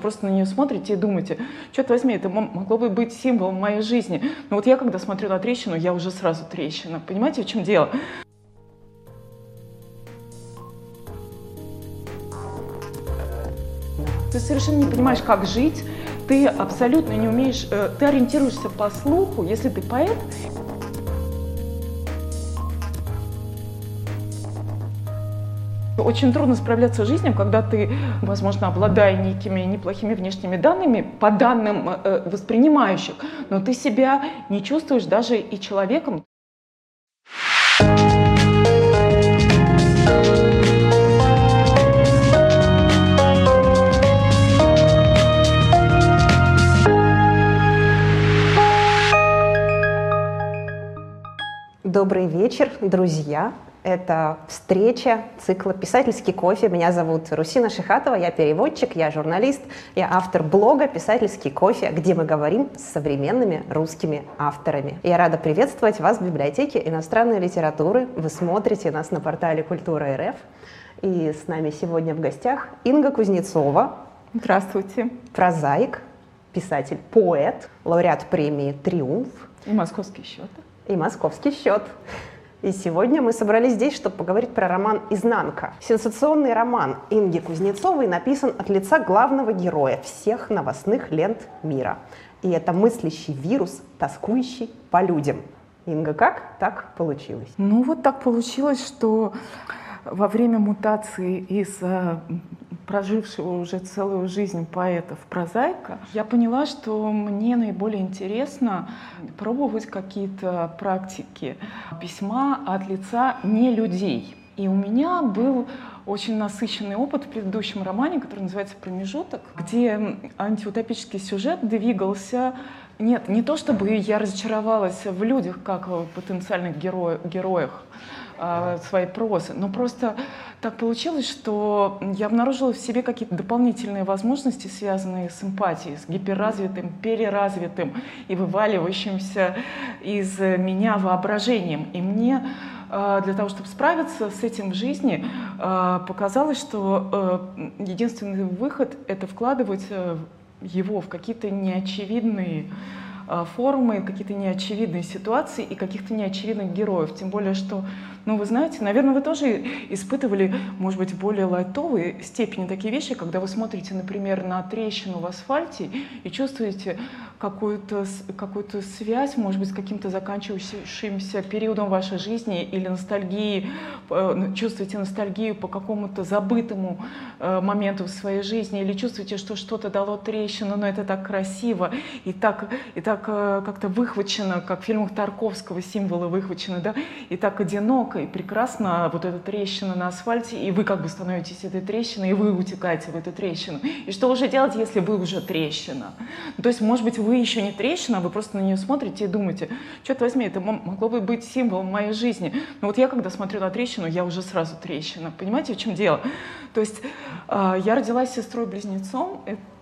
просто на нее смотрите и думаете, черт возьми, это могло бы быть символом моей жизни. Но вот я, когда смотрю на трещину, я уже сразу трещина. Понимаете, в чем дело? Ты совершенно не понимаешь, как жить, ты абсолютно не умеешь, ты ориентируешься по слуху, если ты поэт. Очень трудно справляться с жизнью, когда ты, возможно, обладая некими неплохими внешними данными, по данным воспринимающих, но ты себя не чувствуешь даже и человеком. Добрый вечер, друзья. Это встреча цикла «Писательский кофе». Меня зовут Русина Шихатова, я переводчик, я журналист, я автор блога «Писательский кофе», где мы говорим с современными русскими авторами. Я рада приветствовать вас в библиотеке иностранной литературы. Вы смотрите нас на портале «Культура.рф». И с нами сегодня в гостях Инга Кузнецова. Здравствуйте. Прозаик, писатель, поэт, лауреат премии «Триумф». И «Московский счет». И «Московский счет». И сегодня мы собрались здесь, чтобы поговорить про роман «Изнанка». Сенсационный роман Инги Кузнецовой написан от лица главного героя всех новостных лент мира. И это мыслящий вирус, тоскующий по людям. Инга, как так получилось? Ну вот так получилось, что во время мутации из прожившего уже целую жизнь поэтов-прозаика, я поняла, что мне наиболее интересно пробовать какие-то практики письма от лица не людей. И у меня был очень насыщенный опыт в предыдущем романе, который называется «Промежуток», где антиутопический сюжет двигался. Нет, не то чтобы я разочаровалась в людях, как в потенциальных героях своей прозы, но просто так получилось, что я обнаружила в себе какие-то дополнительные возможности, связанные с эмпатией, с гиперразвитым, переразвитым и вываливающимся из меня воображением. И мне для того, чтобы справиться с этим в жизни, показалось, что единственный выход — это вкладывать его в какие-то неочевидные формы, какие-то неочевидные ситуации и каких-то неочевидных героев. Тем более, что, ну, вы знаете, наверное, вы тоже испытывали, может быть, более лайтовые степени такие вещи, когда вы смотрите, например, на трещину в асфальте и чувствуете какую-то связь, может быть, с каким-то заканчивающимся периодом вашей жизни или ностальгии, чувствуете ностальгию по какому-то забытому моменту в своей жизни, или чувствуете, что что-то дало трещину, но это так красиво и так как-то выхвачено, как в фильмах Тарковского символы выхвачены, да, и так одиноко и прекрасно вот эта трещина на асфальте, и вы как бы становитесь этой трещиной, и вы утекаете в эту трещину. И что уже делать, если вы уже трещина? То есть, может быть, вы еще не трещина, а вы просто на нее смотрите и думаете, черт возьми, это могло бы быть символом моей жизни. Но вот я, когда смотрю на трещину, я уже сразу трещина. Понимаете, в чем дело? То есть я родилась сестрой-близнецом.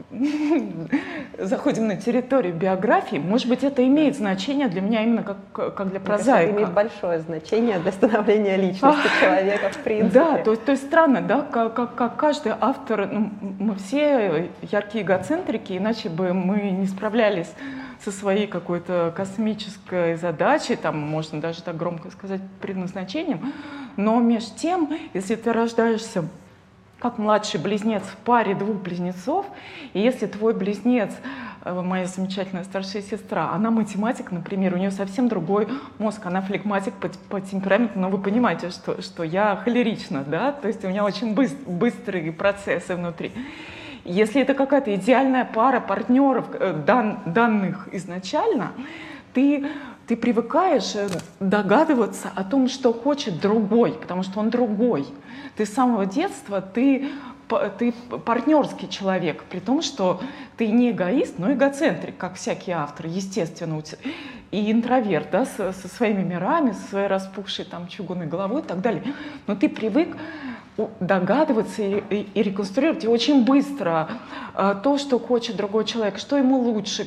Заходим на территорию биографии. Может быть, это имеет значение для меня именно как для прозаика. Это имеет большое значение для становления личности человека, в принципе. Да, то есть странно, да, как каждый автор, ну, мы все яркие эгоцентрики, иначе бы мы не справлялись со своей какой-то космической задачей, там можно даже так громко сказать, предназначением. Но между тем, если ты рождаешься как младший близнец в паре двух близнецов, и если твой близнец, моя замечательная старшая сестра, она математик, например, у нее совсем другой мозг, она флегматик по темпераменту, но вы понимаете, что я холерична, да, то есть у меня очень быстрые процессы внутри. Если это какая-то идеальная пара партнеров, данных изначально, ты привыкаешь догадываться о том, что хочет другой, потому что он другой. Ты с самого детства, ты партнерский человек, при том, что ты не эгоист, но эгоцентрик, как всякий автор, естественно, и интроверт, да, со своими мирами, со своей распухшей там чугунной головой и так далее. Но ты привык догадываться и реконструировать и очень быстро то, что хочет другой человек, что ему лучше,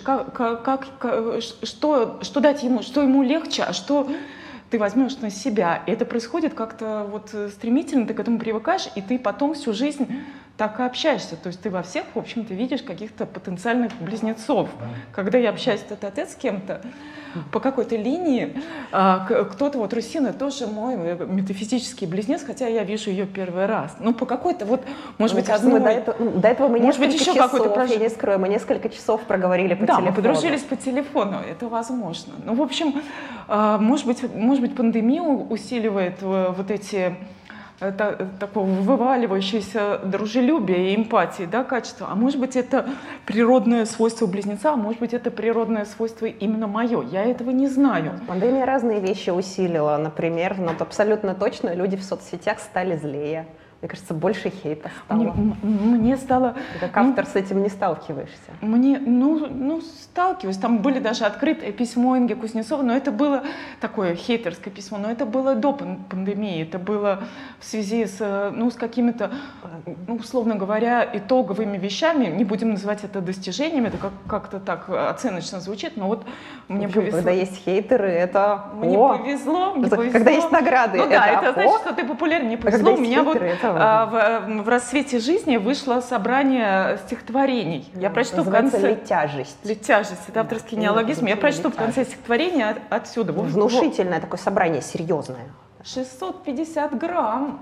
что дать ему, что ему легче, а что ты возьмешь на себя. И это происходит как-то вот стремительно, ты к этому привыкаешь, и ты потом всю жизнь так и общаешься. То есть ты во всех, в общем-то, видишь каких-то потенциальных близнецов. Когда я общаюсь тет-а-тет с кем-то, по какой-то линии, кто-то, вот Русина тоже мой метафизический близнец, хотя я вижу ее первый раз. Ну, по какой-то вот, может быть, одной... До этого мы может несколько быть, еще часов, я не скрою, мы несколько часов проговорили по телефону. Да, мы подружились по телефону, это возможно. Ну, в общем, может быть, пандемия усиливает вот эти такого вываливающееся дружелюбие и эмпатии, да, качество. А может быть, это природное свойство близнеца, а может быть, это природное свойство именно мое. Я этого не знаю. Пандемия разные вещи усилила. Например, абсолютно точно люди в соцсетях стали злее. Мне кажется, больше хейта стало. Мне стало... Ты как автор с этим не сталкиваешься? Сталкиваюсь. Там были даже открытое письмо Инги Кузнецовой, но это было такое хейтерское письмо, но это было до пандемии, это было в связи с какими-то, условно говоря, итоговыми вещами. Не будем называть это достижениями, это как-то так оценочно звучит, но вот мне повезло. Когда есть хейтеры, это... Мне повезло. Когда есть награды, это значит, что ты популярен. Мне повезло. У меня вот в «Рассвете жизни» вышло собрание стихотворений. Я прочту в конце... «Летяжесть». «Летяжесть» — это авторский неологизм. Я прочту в конце стихотворения отсюда. Внушительное такое собрание, серьезное. 650 грамм.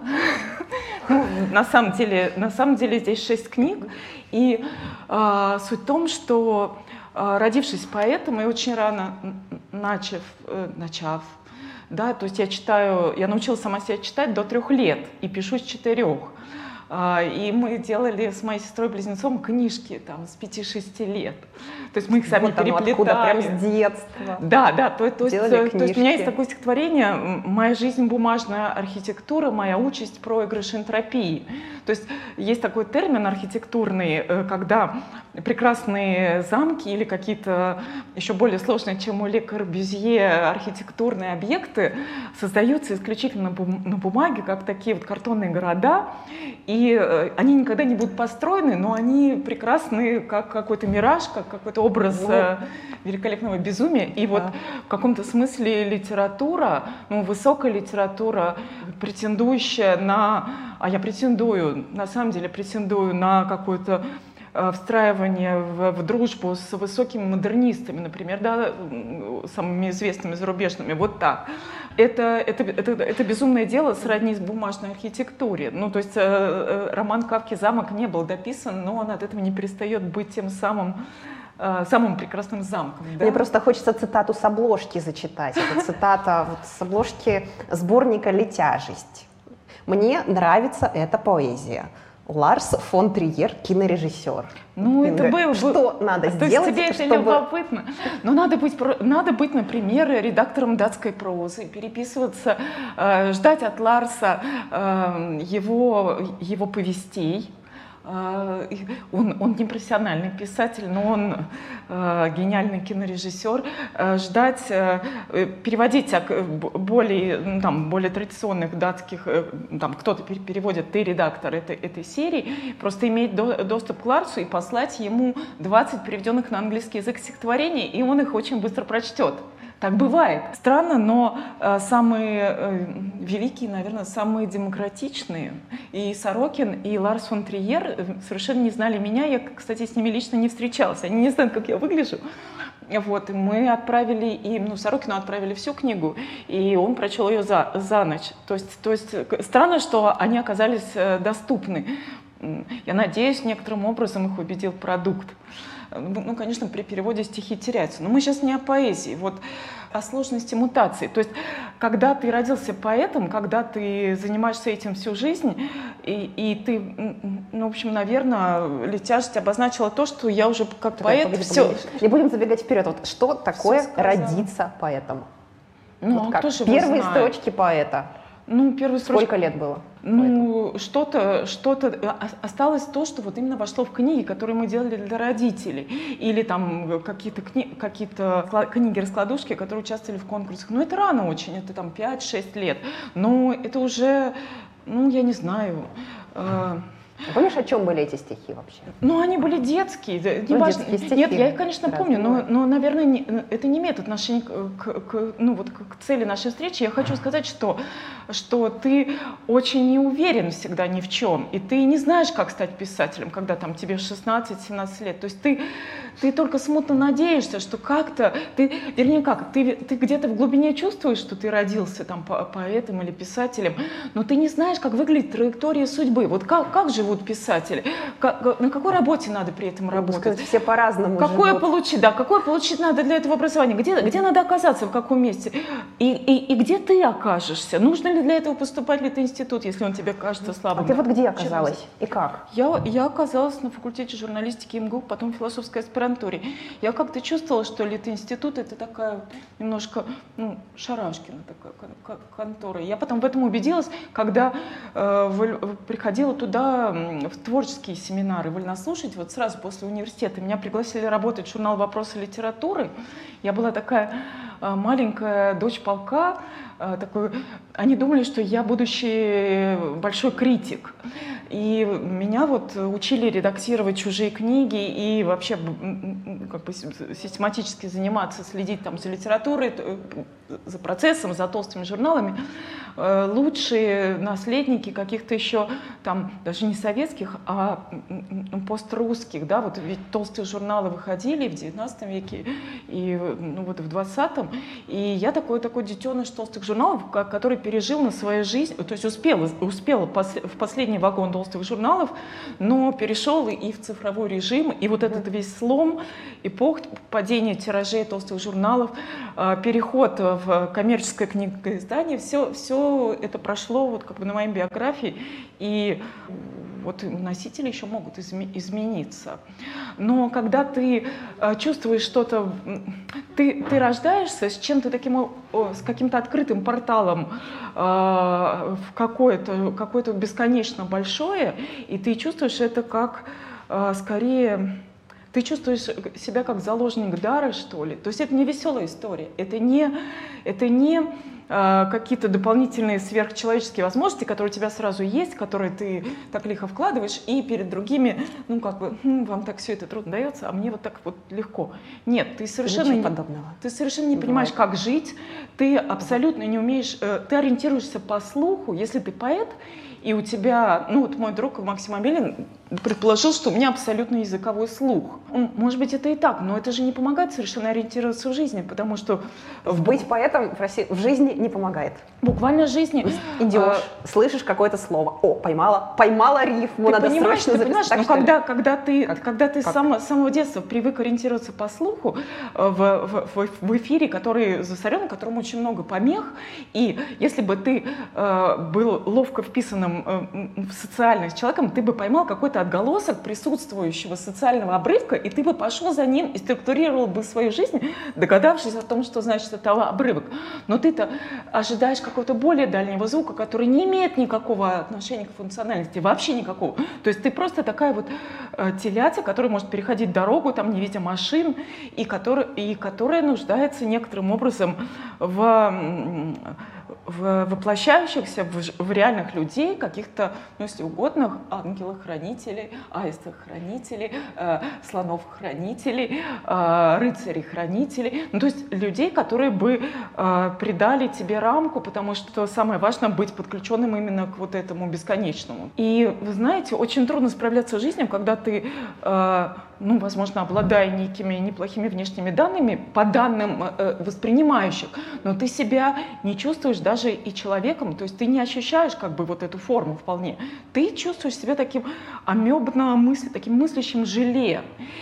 На самом деле здесь 6 книг. И суть в том, что, родившись поэтом и очень рано начав, да, то есть я научилась сама себя читать до 3 лет и пишу с 4. И мы делали с моей сестрой-близнецом книжки там, с 5-6 лет. То есть мы их сами переплетали. Откуда, прям с детства. Да. То есть у меня есть такое стихотворение «Моя жизнь — бумажная архитектура, моя участь — проигрыш энтропии». То есть такой термин архитектурный, когда прекрасные замки или какие-то еще более сложные, чем у Ле Корбюзье, архитектурные объекты создаются исключительно на бумаге, как такие вот картонные города. И они никогда не будут построены, но они прекрасны, как какой-то мираж, как какой-то образ великолепного безумия. И вот в каком-то смысле литература, высокая литература, претендующая на... А я на самом деле претендую на какое-то встраивание в дружбу с высокими модернистами, например, да, самыми известными зарубежными, вот так. Это безумное дело сродни с бумажной архитектуре. То есть роман Кафки «Замок» не был дописан, но он от этого не перестает быть тем самым прекрасным замком. Да? Мне просто хочется цитату с обложки зачитать. Это цитата с обложки сборника «Летяжесть». «Мне нравится эта поэзия. Ларс фон Триер, кинорежиссер». Это было... Что надо сделать, тебе это любопытно. Надо быть, например, редактором датской прозы, переписываться, ждать от Ларса его повестей. Он не профессиональный писатель, но он гениальный кинорежиссер. Ждать, переводить более традиционных датских, кто-то переводит, ты редактор этой серии, просто иметь доступ к Ларсу и послать ему 20 переведенных на английский язык стихотворений, и он их очень быстро прочтет. Так бывает. Странно, но самые великие, наверное, самые демократичные, и Сорокин, и Ларс фон Триер совершенно не знали меня. Я, кстати, с ними лично не встречалась. Они не знают, как я выгляжу. Вот, и мы отправили Сорокину отправили всю книгу, и он прочел ее за ночь. То есть странно, что они оказались доступны. Я надеюсь, некоторым образом их убедил продукт. Конечно, при переводе стихи теряются. Но мы сейчас не о поэзии, о сложности мутации. То есть, когда ты родился поэтом, когда ты занимаешься этим всю жизнь, и ты, в общем, наверное, «Летяжесть» обозначила то, что я уже как поэт... Погоди. Не будем забегать вперед. Что такое родиться поэтом? Кто же первые строчки поэта. Сколько лет было? Что-то осталось то, что именно вошло в книги, которые мы делали для родителей. Или там какие-то книги-раскладушки, которые участвовали в конкурсах. Это рано очень, это 5-6 лет. Но это уже, я не знаю... Помнишь, о чем были эти стихи вообще? Ну, они были детские. Детские стихи. Нет, я их, конечно, помню, но наверное, это не имеет отношения к цели нашей встречи. Я хочу сказать, что ты очень не уверен всегда ни в чем, и ты не знаешь, как стать писателем, когда там тебе 16-17 лет. То есть ты только смутно надеешься, что как-то, ты где-то в глубине чувствуешь, что ты родился там поэтом или писателем, но ты не знаешь, как выглядит траектория судьбы. Вот как живут писатели, на какой работе надо при этом работать. Сказать, все по-разному какое получить надо для этого образования, где надо оказаться, в каком месте, и где ты окажешься. Нужно ли для этого поступать в институт, если он тебе кажется слабым? А ты вот где оказалась и как? Я оказалась на факультете журналистики МГУ, потом в философской аспирантуре. Я как-то чувствовала, что Литинститут — это такая немножко шарашкина такая контора. Я потом в этом убедилась, когда приходила туда в творческие семинары вольнослушать. Вот сразу после университета меня пригласили работать в журнал «Вопросы литературы». Я была такая маленькая дочь полка. Они думали, что я будущий большой критик. И меня вот учили редактировать чужие книги и вообще как бы систематически заниматься, следить там за литературой, за процессом, за толстыми журналами. Лучшие наследники каких-то еще там даже не советских, а пострусских, да, вот ведь толстые журналы выходили в 19 веке и вот в 20-м, и я такой детеныш толстых журналов, который пережил на свою жизнь, то есть успел в последний вагон толстых журналов, но перешел и в цифровой режим, и вот этот весь слом эпох, падение тиражей толстых журналов, переход в коммерческое книгоиздание, все это прошло вот как бы на моей биографии, и вот носители еще могут измениться. Но когда ты чувствуешь что-то, ты рождаешься с чем-то таким, с каким-то открытым порталом в какое-то бесконечно большое, и ты чувствуешь это как скорее... Ты чувствуешь себя как заложник дара, что ли. То есть это не веселая история, это не какие-то дополнительные сверхчеловеческие возможности, которые у тебя сразу есть, которые ты так лихо вкладываешь, и перед другими, вам так все это трудно дается, а мне вот так вот легко. Нет, ты совершенно не понимаешь, как жить, ты абсолютно не умеешь, ты ориентируешься по слуху, если ты поэт, и у тебя, вот мой друг Максим Амелин предположил, что у меня абсолютно языковой слух. Может быть, это и так, но это же не помогает совершенно ориентироваться в жизни, потому что... Быть поэтом в жизни не помогает. Буквально в жизни. Идешь, слышишь какое-то слово. Поймала рифму, надо срочно записать. Но когда ты с самого детства привык ориентироваться по слуху в эфире, который засорен, в котором очень много помех, и если бы ты был ловко вписанным в социальность человеком, ты бы поймал какой-то отголосок присутствующего социального обрывка, и ты бы пошел за ним и структурировал бы свою жизнь, догадавшись о том, что значит это обрывок. Но ты-то ожидаешь какого-то более дальнего звука, который не имеет никакого отношения к функциональности, вообще никакого. То есть ты просто такая вот телятя, которая может переходить дорогу, там, не видя машин, и которая нуждается некоторым образом в воплощающихся в реальных людей, каких-то, если угодно, ангелов-хранителей, аистов-хранителей, слонов-хранителей, рыцарей-хранителей. То есть людей, которые бы придали тебе рамку, потому что самое важное — быть подключенным именно к вот этому бесконечному. И, вы знаете, очень трудно справляться с жизнью, когда ты, возможно, обладая некими неплохими внешними данными, по данным воспринимающих, но ты себя не чувствуешь даже и человеком, то есть ты не ощущаешь как бы вот эту форму вполне. Ты чувствуешь себя таким таким мыслящим желе.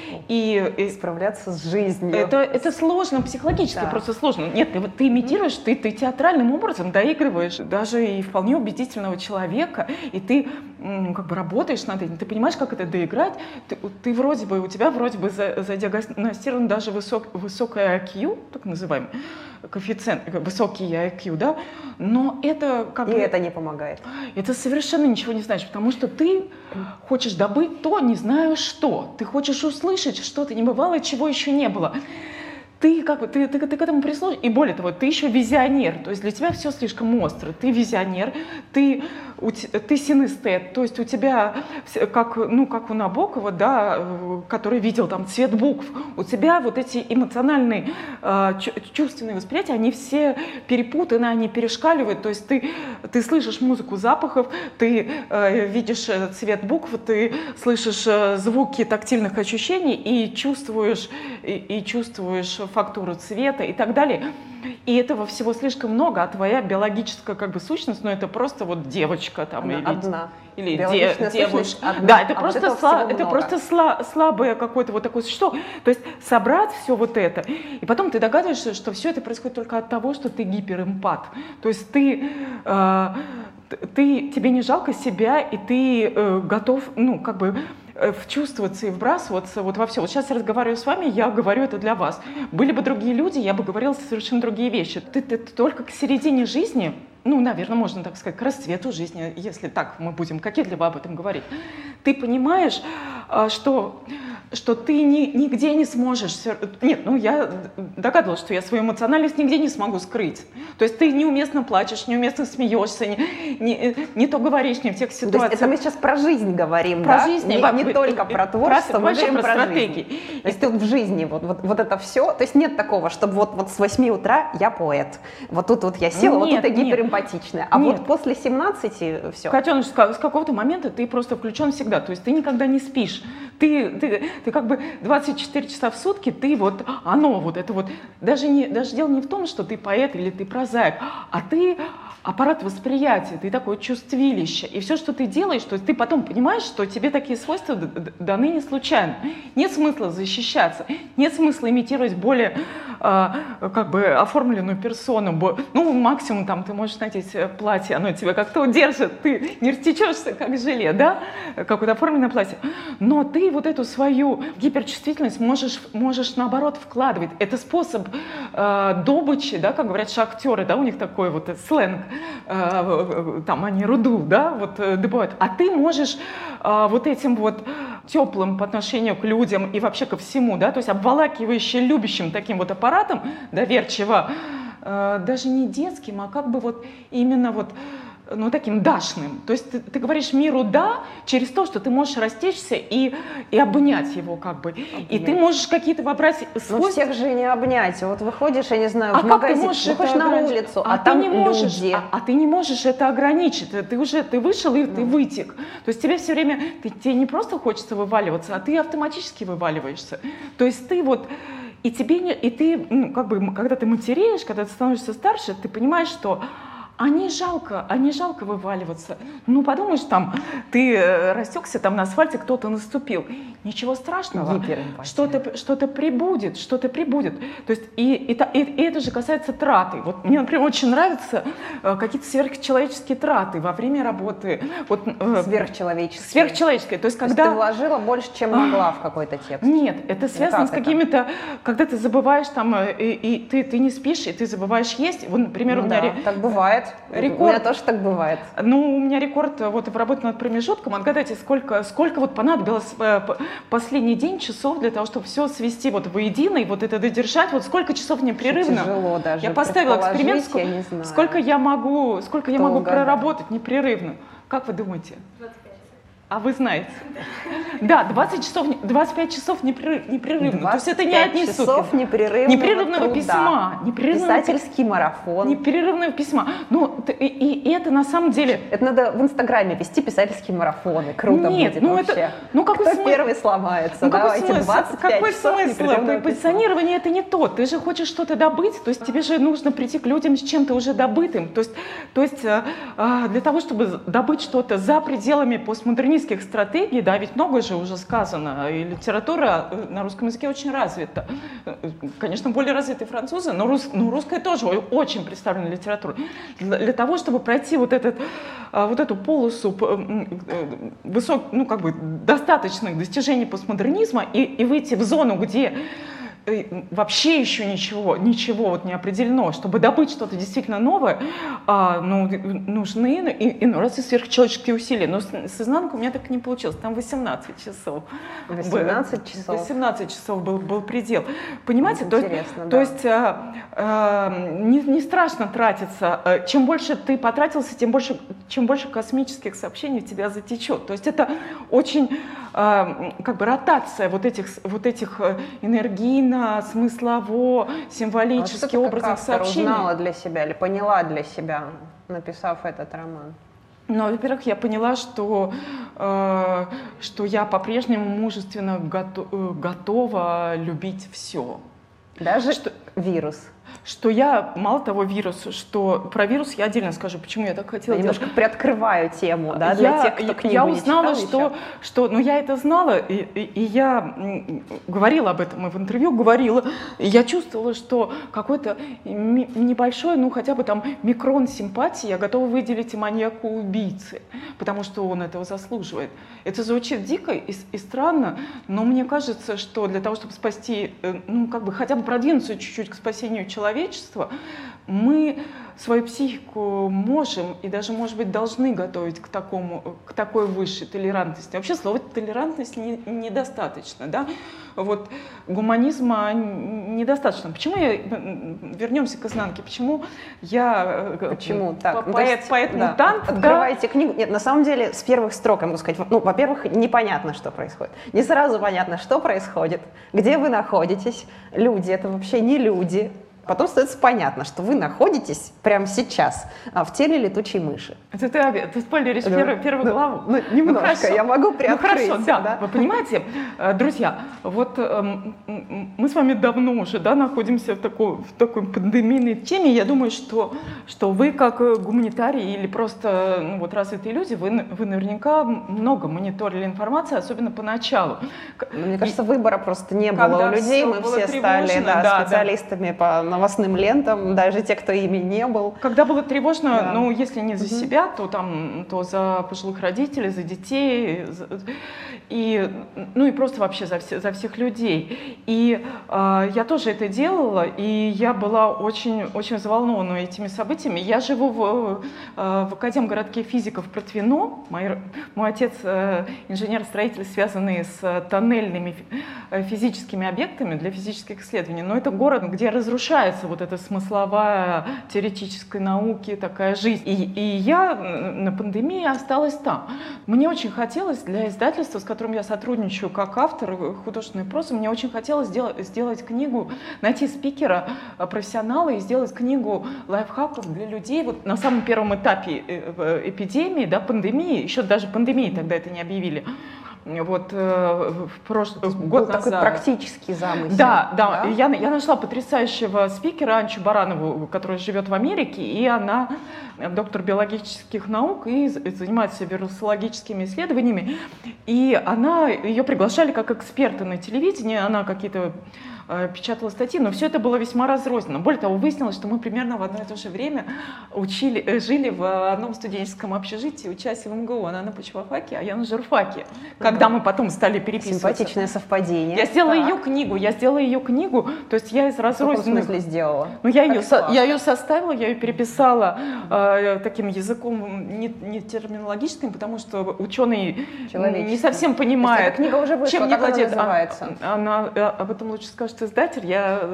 И справляться с жизнью. Это сложно, психологически просто сложно. Нет, ты имитируешь, ты театральным образом доигрываешь даже и вполне убедительного человека, и ты как бы работаешь над этим, ты понимаешь, как это доиграть, у тебя вроде бы задиагностирован даже высокое IQ, так называемый, коэффициент, высокий IQ, да, но это как бы... И это не помогает. Это совершенно ничего не значит, потому что ты хочешь добыть то, не знаю что. Ты хочешь услышать что-то небывалое, чего еще не было. ты как бы ты к этому прислушиваешься, и более того, ты еще визионер, то есть для тебя все слишком остро, ты визионер, ты синестет, то есть у тебя, как у Набокова, да, который видел там цвет букв, у тебя вот эти эмоциональные, чувственные восприятия, они все перепутаны, они перешкаливают, то есть ты слышишь музыку запахов, ты видишь цвет букв, ты слышишь звуки тактильных ощущений и чувствуешь фактуру цвета и так далее. И этого всего слишком много, а твоя биологическая как бы сущность, это просто вот девочка там или девушка. Одна. Да, это просто слабое какое-то вот такое существо. То есть собрать все вот это, и потом ты догадываешься, что все это происходит только от того, что ты гиперэмпат. То есть тебе не жалко себя, и ты готов, вчувствоваться и вбрасываться вот во все. Вот сейчас я разговариваю с вами, я говорю это для вас. Были бы другие люди, я бы говорила совершенно другие вещи. Ты только к середине жизни, наверное, можно так сказать, к расцвету жизни, если так мы будем кокетливо об этом говорить, ты понимаешь, что ты нигде не сможешь... Нет, я догадывалась, что я свою эмоциональность нигде не смогу скрыть. То есть ты неуместно плачешь, неуместно смеешься, не то говоришь, не в тех ситуациях. То есть это мы сейчас про жизнь говорим, про да? Жизнь, не только про творчество, мы говорим про стратегии. Жизнь. То есть тут в жизни вот это все, то есть нет такого, чтобы вот с 8 утра я поэт, вот тут вот я села, вот тут я гиперэмпатичная, а вот после 17 все. Котеныш, с какого-то момента ты просто включен всегда, то есть ты никогда не спишь. Ты как бы 24 часа в сутки, ты даже дело не в том, что ты поэт или ты прозаик, а ты аппарат восприятия, ты такое чувствилище. И все, что ты делаешь, то есть ты потом понимаешь, что тебе такие свойства даны не случайно. Нет смысла защищаться, нет смысла имитировать более оформленную персону. Максимум там ты можешь надеть платье, оно тебя как-то удержит, ты не растечешься, как желе, да? Какое-то оформленное платье. Но ты вот эту свою гиперчувствительность можешь наоборот вкладывать. Это способ добычи, да, как говорят шахтеры, да, у них такой вот сленг. Там они руду, да, добывают. А ты можешь вот этим вот теплым по отношению к людям и вообще ко всему, да, то есть обволакивающим, любящим таким вот аппаратом, доверчиво, даже не детским, а как бы именно таким дашным. То есть ты говоришь миру «да» через то, что ты можешь растечься и обнять его как бы. Обнять. И ты можешь какие-то выбрать свойства. Но всех же не обнять. Вот выходишь, я не знаю, в магазин, выходишь на улицу, а там люди. А ты не можешь это ограничить. Ты вышел и ты вытек. То есть тебе все время, тебе не просто хочется вываливаться, а ты автоматически вываливаешься. То есть ты когда ты матереешь, когда ты становишься старше, ты понимаешь, что не жалко вываливаться. Подумаешь, там, ты растекся там на асфальте, кто-то наступил. Ничего страшного. Что-то прибудет. То есть, и это же касается траты. Вот мне, например, очень нравятся какие-то сверхчеловеческие траты во время работы. Сверхчеловеческие. То есть, когда... ты вложила больше, чем могла в какой-то текст. Нет, это связано с какими-то... Когда ты забываешь там, и ты не спишь, и ты забываешь есть. Вот, например, у меня... Так бывает. Рекорд. У меня тоже так бывает. У меня рекорд в работе над промежутком. Отгадайте, сколько понадобилось последний день часов для того, чтобы все свести воедино и это додержать. Сколько часов непрерывно. Тяжело даже. Я поставила эксперимент, сколько я могу проработать непрерывно. Как вы думаете? 25. А вы знаете? Да, 25 часов непрерывно. То есть это не одни сутки. 25 часов непрерывного письма. Писательский марафон. Непрерывного письма. И это на самом деле... Это надо в Инстаграме вести писательские марафоны. Круто будет вообще. Какой Кто первый сломается? Давайте 25 часов непрерывного письма. Позиционирование это не то. Ты же хочешь что-то добыть, то есть тебе же нужно прийти к людям с чем-то уже добытым. То есть для того, чтобы добыть что-то за пределами постмодернистских стратегий, да, ведь многое же уже сказано, и литература на русском языке очень развита. Конечно, более развиты французы, но русская тоже очень представлена литературой. Для того, чтобы пройти эту полосу достаточных достижений постмодернизма и выйти в зону, где вообще еще ничего вот не определено. Чтобы добыть что-то действительно новое, нужны иной раз и сверхчеловеческие усилия. Но с изнанкой у меня так и не получилось. Там 18 часов. 18 часов? 18 часов был предел. Понимаете? Интересно, то есть не страшно тратиться. Чем больше ты потратился, чем больше космических сообщений в тебя затечет. То есть это очень как бы ротация вот этих энергийно, смыслово, символически образных сообщений. Узнала для себя или поняла для себя, написав этот роман? Ну, во-первых, я поняла, что я по-прежнему мужественно готова любить все. Даже вирус? Что я, мало того, что про вирус я отдельно скажу, почему я так хотела делать. Немножко приоткрываю тему, да, для тех, кто книгу я узнала, не читал что я это знала, и я говорила об этом, и в интервью говорила, и я чувствовала, что какой-то небольшой, хотя бы там микрон симпатии я готова выделить и маньяку-убийце, потому что он этого заслуживает. Это звучит дико и странно, но мне кажется, что для того, чтобы спасти, хотя бы продвинуться чуть-чуть к спасению человечества, мы свою психику можем и даже, может быть, должны готовить к такой высшей толерантности. Вообще слова толерантность недостаточно, да? Вот гуманизма недостаточно. Почему вернемся к изнанке? Почему так? Поэт-мутант? Открываете книгу. Нет, на самом деле, с первых строк, я могу сказать, во-первых, непонятно, что происходит. Не сразу понятно, что происходит, где вы находитесь. Люди — это вообще не люди. Потом становится понятно, что вы находитесь прямо сейчас в теле летучей мыши. Ты спойлеришь первую главу. Немножко, я могу приоткрыть. Хорошо, да. Вы понимаете, друзья, вот мы с вами давно уже находимся в такой пандемийной теме. Я думаю, что вы, как гуманитарии или просто развитые люди, вы наверняка много мониторили информацию, особенно поначалу. Мне кажется, выбора просто не было у людей. Мы все стали специалистами по новостным лентам, даже те, кто ими не был. Когда было тревожно, если не за себя, то за пожилых родителей, за детей, и просто вообще за всех людей. И я тоже это делала, и я была очень, очень взволнована этими событиями. Я живу в Академгородке физиков Протвино. Мой отец инженер-строитель, связанный с тоннельными физическими объектами для физических исследований. Но это город, где разрушается вот эта смысловая теоретической науки, такая жизнь. И я на пандемии осталась там. Мне очень хотелось для издательства, с которым я сотрудничаю как автор художественной прозы, мне очень хотелось сделать книгу, найти спикера, профессионала и сделать книгу лайфхаков для людей. Вот на самом первом этапе эпидемии, пандемии, еще даже пандемии тогда это не объявили. Вот год назад. Такой практический замысел. Да. Я нашла потрясающего спикера Анчу Баранову, которая живет в Америке, и она доктор биологических наук и занимается вирусологическими исследованиями. И ее приглашали как эксперта на телевидении, она какие-то печатала статьи, но все это было весьма разрозненно. Более того, выяснилось, что мы примерно в одно и то же время жили в одном студенческом общежитии, учась в МГУ. Она на почвофаке, а я на журфаке. Когда мы потом стали переписываться. Симпатичное совпадение. Я сделала ее книгу, то есть я из разрозненных... В каком смысле сделала? Я ее составила, я ее переписала таким языком не терминологическим, потому что ученый не совсем понимает, эта книга уже вышла, чем не владеет. Называется? Об этом лучше скажет издатель.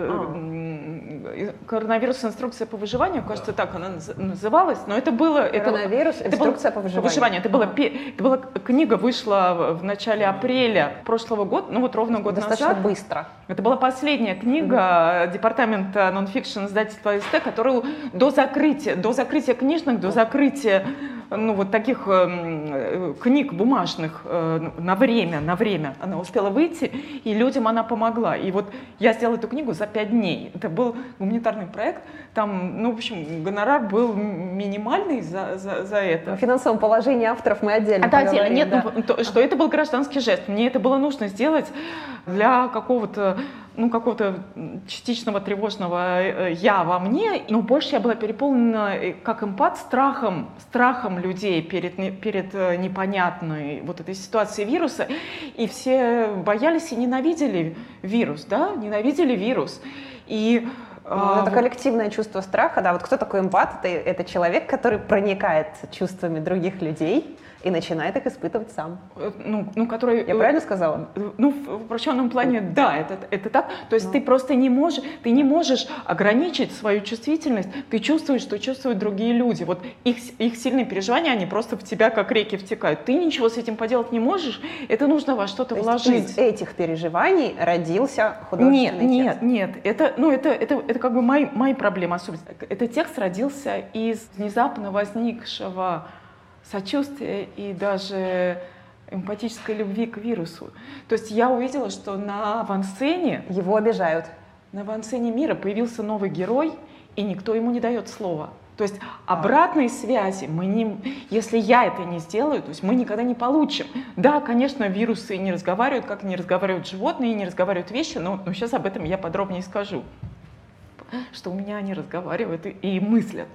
Коронавирус. Инструкция по выживанию, кажется, так она называлась, но это было... Коронавирус. Инструкция по выживанию. Это книга вышла в начале апреля прошлого года, ровно год назад. Достаточно быстро. Это была последняя книга департамента нонфикшн издательства СТ, которую до закрытия книжных, до закрытия таких книг бумажных на время она успела выйти, и людям она помогла. И вот я сделала эту книгу за 5 дней. Это был гуманитарный проект. Там, гонорар был минимальный за это. О финансовом положении авторов мы отдельно поговорим. Нет, что это был гражданский жест. Мне это было нужно сделать для какого-то ну, какого-то частичного тревожного «я» во мне, но больше я была переполнена, как эмпат, страхом людей перед непонятной вот этой ситуацией вируса. И все боялись и ненавидели вирус, да, ненавидели вирус. И это коллективное чувство страха, да. Вот кто такой эмпат? Это человек, который проникает чувствами других людей и начинает их испытывать сам. Который... Я правильно сказала? Ну, в упрощенном плане, да, это так. То есть ты просто не можешь ограничить свою чувствительность, ты чувствуешь, что чувствуют другие люди. Вот их сильные переживания, они просто в тебя как реки втекают. Ты ничего с этим поделать не можешь, это нужно во что-то вложить. Из этих переживаний родился художественный текст? Нет. Это как бы мои проблемы особенно. Этот текст родился из внезапно возникшего сочувствия и даже эмпатической любви к вирусу. То есть я увидела, что на авансцене... Его обижают. На авансцене мира появился новый герой, и никто ему не дает слова. То есть обратной связи если я это не сделаю, то есть мы никогда не получим. Да, конечно, вирусы не разговаривают, как не разговаривают животные, не разговаривают вещи, но сейчас об этом я подробнее скажу. Что у меня они разговаривают и мыслят.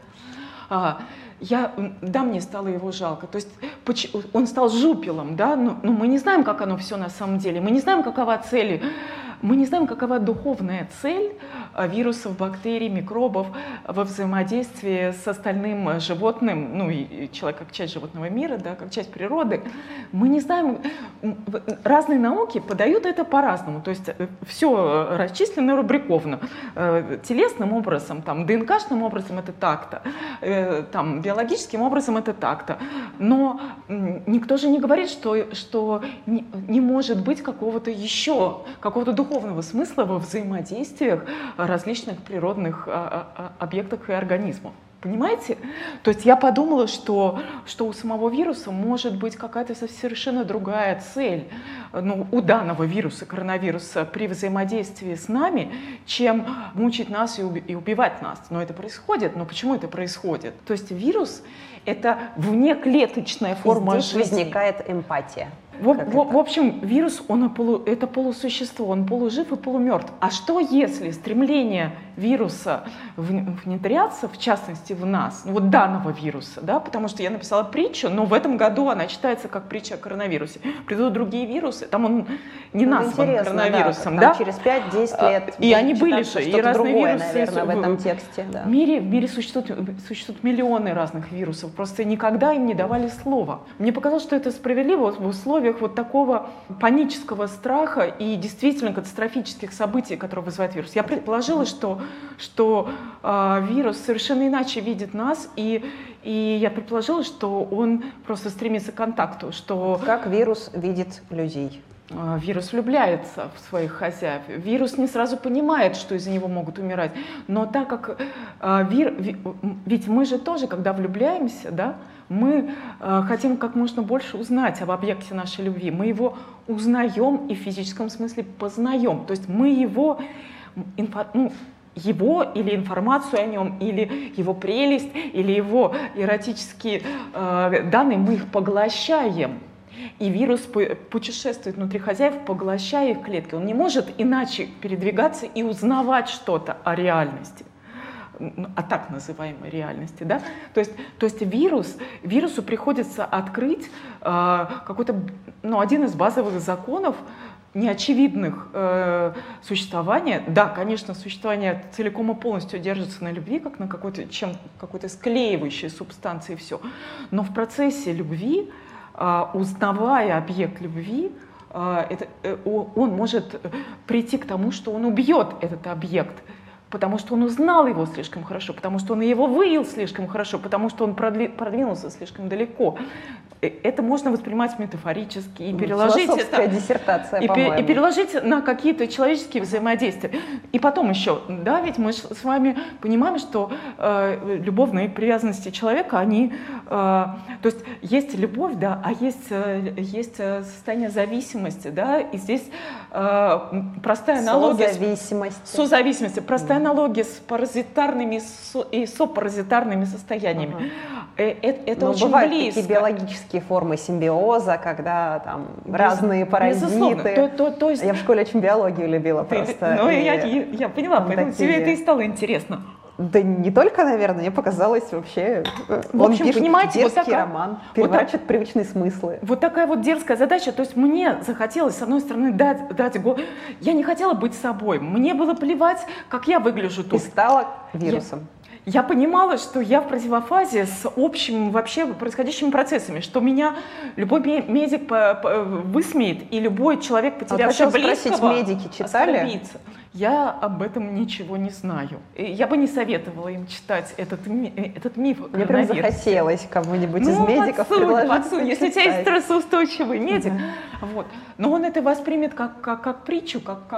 Мне стало его жалко. То есть он стал жупелом, да, но мы не знаем, как оно все на самом деле. Мы не знаем, какова цель. Мы не знаем, какова духовная цель вирусов, бактерий, микробов во взаимодействии с остальным животным, ну и человек как часть животного мира, да, как часть природы. Мы не знаем, разные науки подают это по-разному, то есть все расчислено рубриковно. Телесным образом, там, ДНКшным образом это так-то, там, биологическим образом это так-то. Но никто же не говорит, что не может быть какого-то духовного смысла во взаимодействиях различных природных объектов и организмов. Понимаете? То есть я подумала, что у самого вируса может быть какая-то совершенно другая цель, у данного вируса, коронавируса, при взаимодействии с нами, чем мучить нас и убивать нас. Но это происходит. Но почему это происходит? То есть вирус — это внеклеточная форма жизни. Здесь возникает эмпатия. В общем, вирус, это полусущество, он полужив и полумертв. А что если стремление вируса внедряться, в частности в нас, данного вируса, да, потому что я написала притчу, но в этом году она читается как притча о коронавирусе. Придут другие вирусы, там он не назван коронавирусом, да? Через 5-10 лет. И они были же, и разные другое, вирусы. наверное, в этом тексте. Да. В мире существуют миллионы разных вирусов, просто никогда им не давали слова. Мне показалось, что это справедливо в условиях вот такого панического страха и действительно катастрофических событий, которые вызывает вирус. Я предположила, что вирус совершенно иначе видит нас, и я предположила, что он просто стремится к контакту. Как вирус видит людей? Вирус влюбляется в своих хозяев. Вирус не сразу понимает, что из-за него могут умирать. Но так как ведь мы же тоже, когда влюбляемся, да, мы хотим как можно больше узнать об объекте нашей любви. Мы его узнаем и в физическом смысле познаем. То есть мы его или информацию о нем, или его прелесть, или его эротические данные, мы их поглощаем. И вирус путешествует внутри хозяев, поглощая их клетки. Он не может иначе передвигаться и узнавать что-то о реальности, о так называемой реальности. Да? То есть вирусу приходится открыть какой-то, один из базовых законов неочевидных существования. Да, конечно, существование целиком и полностью держится на любви, как на какой-то склеивающей субстанции, и все. Но в процессе любви, узнавая объект любви, он может прийти к тому, что он убьет этот объект, потому что он узнал его слишком хорошо, потому что он его выявил слишком хорошо, потому что он продвинулся слишком далеко. Это можно воспринимать метафорически и переложить это, диссертация, и переложить на какие-то человеческие взаимодействия. И потом еще, да, ведь мы с вами понимаем, что любовные привязанности человека, то есть любовь, да, а есть состояние зависимости, да, и здесь простая аналогия... Созависимость. Простая аналогия с паразитарными и сопаразитарными состояниями. Это очень бывают близко. Такие биологические формы симбиоза, когда там разные паразиты. Безусловно. То есть... Я в школе очень биологию любила просто. Ну, я поняла, поэтому тебе это и стало интересно. Да не только, наверное, мне показалось вообще... В общем, пишет понимаете, дерзкий роман, переворачивает привычные смыслы. Вот такая вот дерзкая задача. То есть мне захотелось, с одной стороны, дать я не хотела быть собой. Мне было плевать, как я выгляжу тут. И стала вирусом. Я понимала, что я в противофазе с общими вообще происходящими процессами, что меня любой медик высмеет, и любой человек, потерявший близкого, спросить, медики читали? Оскорбится. Я об этом ничего не знаю. Я бы не советовала им читать этот миф. Мне прям захотелось кому-нибудь из медиков предложить. Если у тебя есть стрессоустойчивый медик, вот. Но он это воспримет как притчу,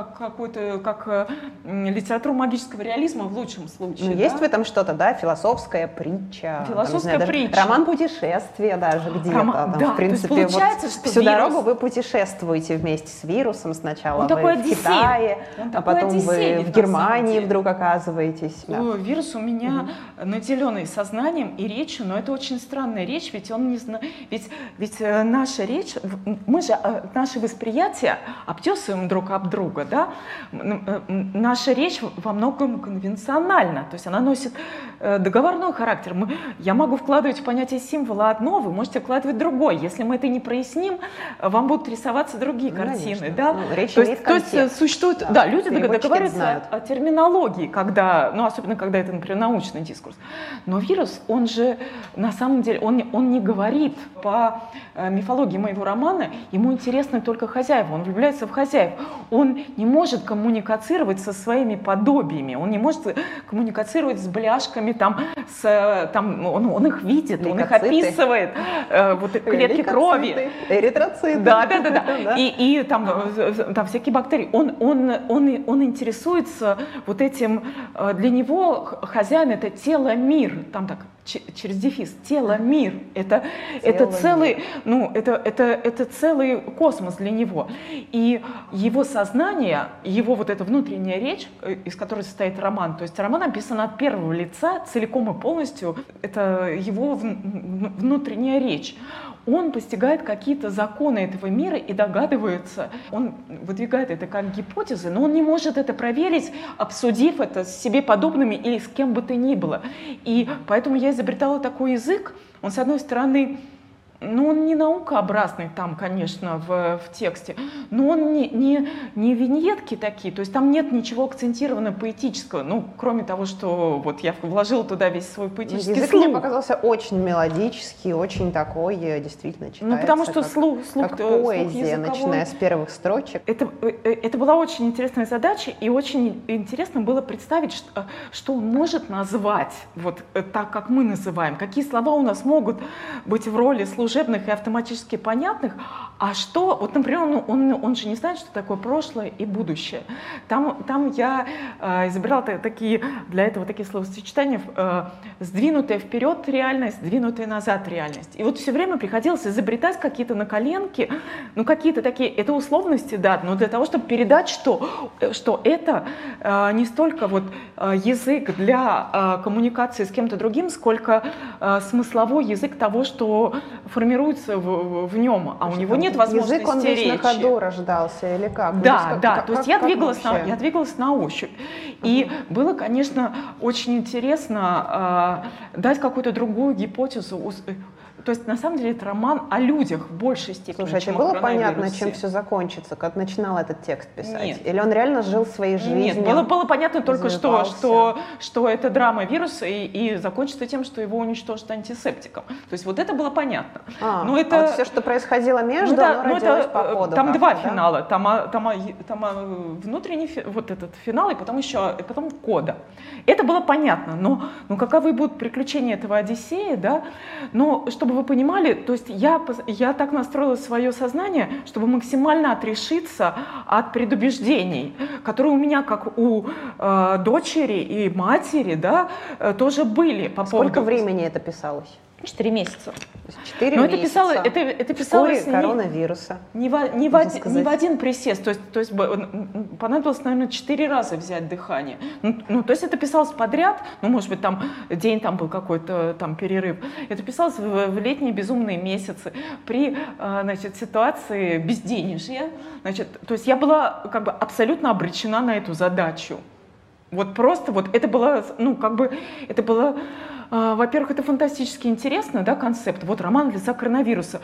как литературу магического реализма в лучшем случае. Ну, есть в этом что-то, да, философская притча. Философская притча. Роман путешествия даже где-то. Да, в принципе, то есть получается, что всю дорогу вы путешествуете вместе с вирусом. Сначала вы в Китае, а потом вы в Германии вдруг оказываетесь. Да. Вирус у меня наделенный сознанием и речью, но это очень странная речь, ведь он не знает, ведь наша речь, мы же наши восприятия обтесываем друг об друга, да? Наша речь во многом конвенциональна, то есть она носит договорной характер. Я могу вкладывать в понятие символа одно, вы можете вкладывать другое. Если мы это не проясним, вам будут рисоваться другие картины, да? Речь имеет контекст. То есть существует, да, люди договариваются о терминологии, особенно когда это, например, научный дискурс. Но вирус, он же на самом деле, он не говорит. По мифологии моего романа ему интересны только хозяева, он влюбляется в хозяев. Он не может коммуницировать со своими подобиями, он не может коммуницировать с бляшками, он их видит, он их описывает, клетки крови. Эритроциты. Да. И там всякие бактерии. Он интересуется вот этим, для него хозяин — это тело-мир, там так, через дефис, тело-мир, это целый, это целый космос для него. И его сознание, его вот эта внутренняя речь, из которой состоит роман, то есть роман написан от первого лица целиком и полностью, это его внутренняя речь. Он постигает какие-то законы этого мира и догадывается, он выдвигает это как гипотезы, но он не может это проверить, обсудив это с себе подобными или с кем бы то ни было. И поэтому я изобретала такой язык, он, с одной стороны, он не наукообразный там, конечно, в тексте, но он не виньетки такие, то есть там нет ничего акцентированного поэтического, кроме того, что вот я вложила туда весь свой поэтический язык слух. Мне показался очень мелодический, очень такой, действительно читается. Потому что слух как поэзия, начиная с первых строчек. Это была очень интересная задача, и очень интересно было представить, что он может назвать, вот так, как мы называем, какие слова у нас могут быть в роли служебных и автоматически понятных, а что, вот, например, он же не знает, что такое прошлое и будущее. Там я изобрела для этого такие словосочетания: сдвинутая вперед реальность, сдвинутая назад реальность. И вот все время приходилось изобретать какие-то на коленке, какие-то такие, это условности, да, но для того, чтобы передать, что это не столько вот язык для коммуникации с кем-то другим, сколько смысловой язык того, что формируется в нем, а у него нет возможности язык, он речи. Язык, он на ходу рождался или как? Да, то есть я двигалась на ощупь. И было, конечно, очень интересно дать какую-то другую гипотезу. То есть, на самом деле, это роман о людях в большей степени. Слушай, чем тебе было понятно, чем все закончится, когда начинал этот текст писать? Нет. Или он реально жил своей жизнью? Нет, было понятно только, что это драма вируса, и закончится тем, что его уничтожат антисептиком. То есть вот это было понятно. Но это... вот все, что происходило между, оно родилось по ходу. Там два финала. Там внутренний вот этот финал, и потом кода. Это было понятно, но каковы будут приключения этого Одиссея, да? Но чтобы вы понимали, то есть я так настроила свое сознание, чтобы максимально отрешиться от предубеждений, которые у меня, как у дочери и матери, да, тоже были. Сколько времени это писалось? 4 месяца. 4 Но месяца. Это писалось вскоре коронавируса. Не в один присест. То есть понадобилось, наверное, 4 раза взять дыхание. Ну, то есть это писалось подряд, ну, может быть, там день там был какой-то там перерыв. Это писалось в летние безумные месяцы при, значит, ситуации безденежья. Значит, то есть я была как бы абсолютно обречена на эту задачу. Вот просто вот это было, ну, как бы, это было... Во-первых, это фантастически интересно, да, концепт. Вот роман «Лица коронавируса».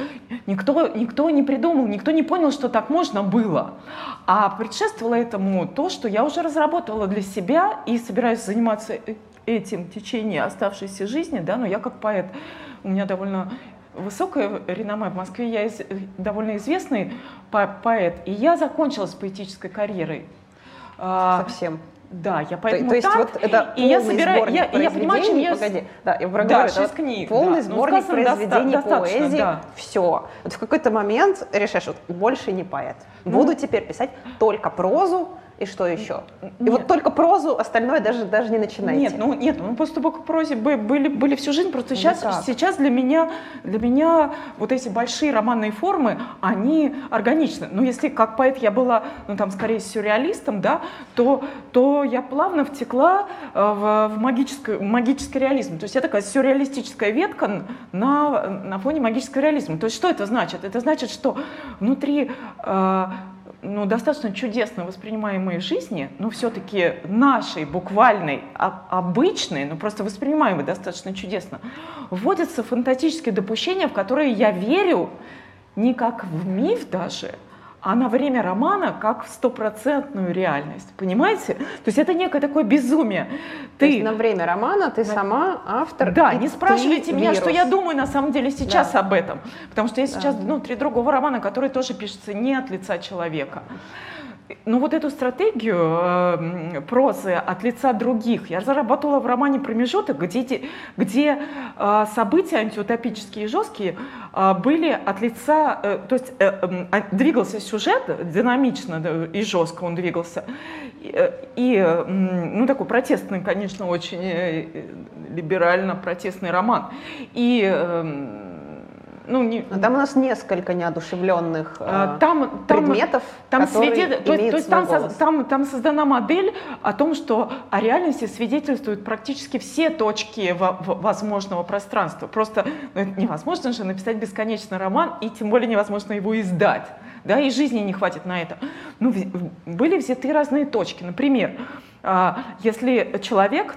Никто не придумал, никто не понял, что так можно было. А предшествовало этому то, что я уже разработала для себя и собираюсь заниматься этим в течение оставшейся жизни, да, но я как поэт, у меня довольно высокое реноме в Москве, я довольно известный поэт, и я закончила с поэтической карьерой. Совсем. Да, я поэтому то есть так, вот это и я собираю, я понимаю, чем я... Погоди, да, я говорю, 6 книг, полный да. сборник произведений поэзии, да. все. Вот в какой-то момент решаешь, вот больше не поэт. Буду теперь писать только прозу, и что еще? И вот только прозу, остальное даже не начинайте. Нет, поступок к прозе были всю жизнь, просто сейчас для меня вот эти большие романные формы, они органичны. Но если как поэт я была, ну там скорее сюрреалистом, да, то я плавно втекла в магический реализм. То есть я такая сюрреалистическая ветка на фоне магического реализма. То есть что это значит? Это значит, что внутри достаточно чудесно воспринимаемой жизни, но все-таки нашей, буквальной, обычной, но просто воспринимаемой достаточно чудесно, вводятся фантастические допущения, в которые я верю не как в миф даже, а на время романа как в 100% реальность. Понимаете? То есть это некое такое безумие. То есть на время романа ты сама автор. Да, не спрашивайте меня, вирус. что я думаю на самом деле сейчас об этом. Потому что я сейчас внутри другого романа, который тоже пишется не от лица человека. Но вот эту стратегию прозы от лица других я разработала в романе «Промежуток», где события антиутопические и жесткие были от лица, то есть двигался сюжет динамично и жестко он двигался, и такой протестный, конечно, очень либерально-протестный роман. Там у нас несколько неодушевленных предметов, которые там создана модель о том, что о реальности свидетельствуют практически все точки возможного пространства. Просто невозможно же написать бесконечный роман, и тем более невозможно его издать. Да, и жизни не хватит на это. Были взяты разные точки. Например, если человек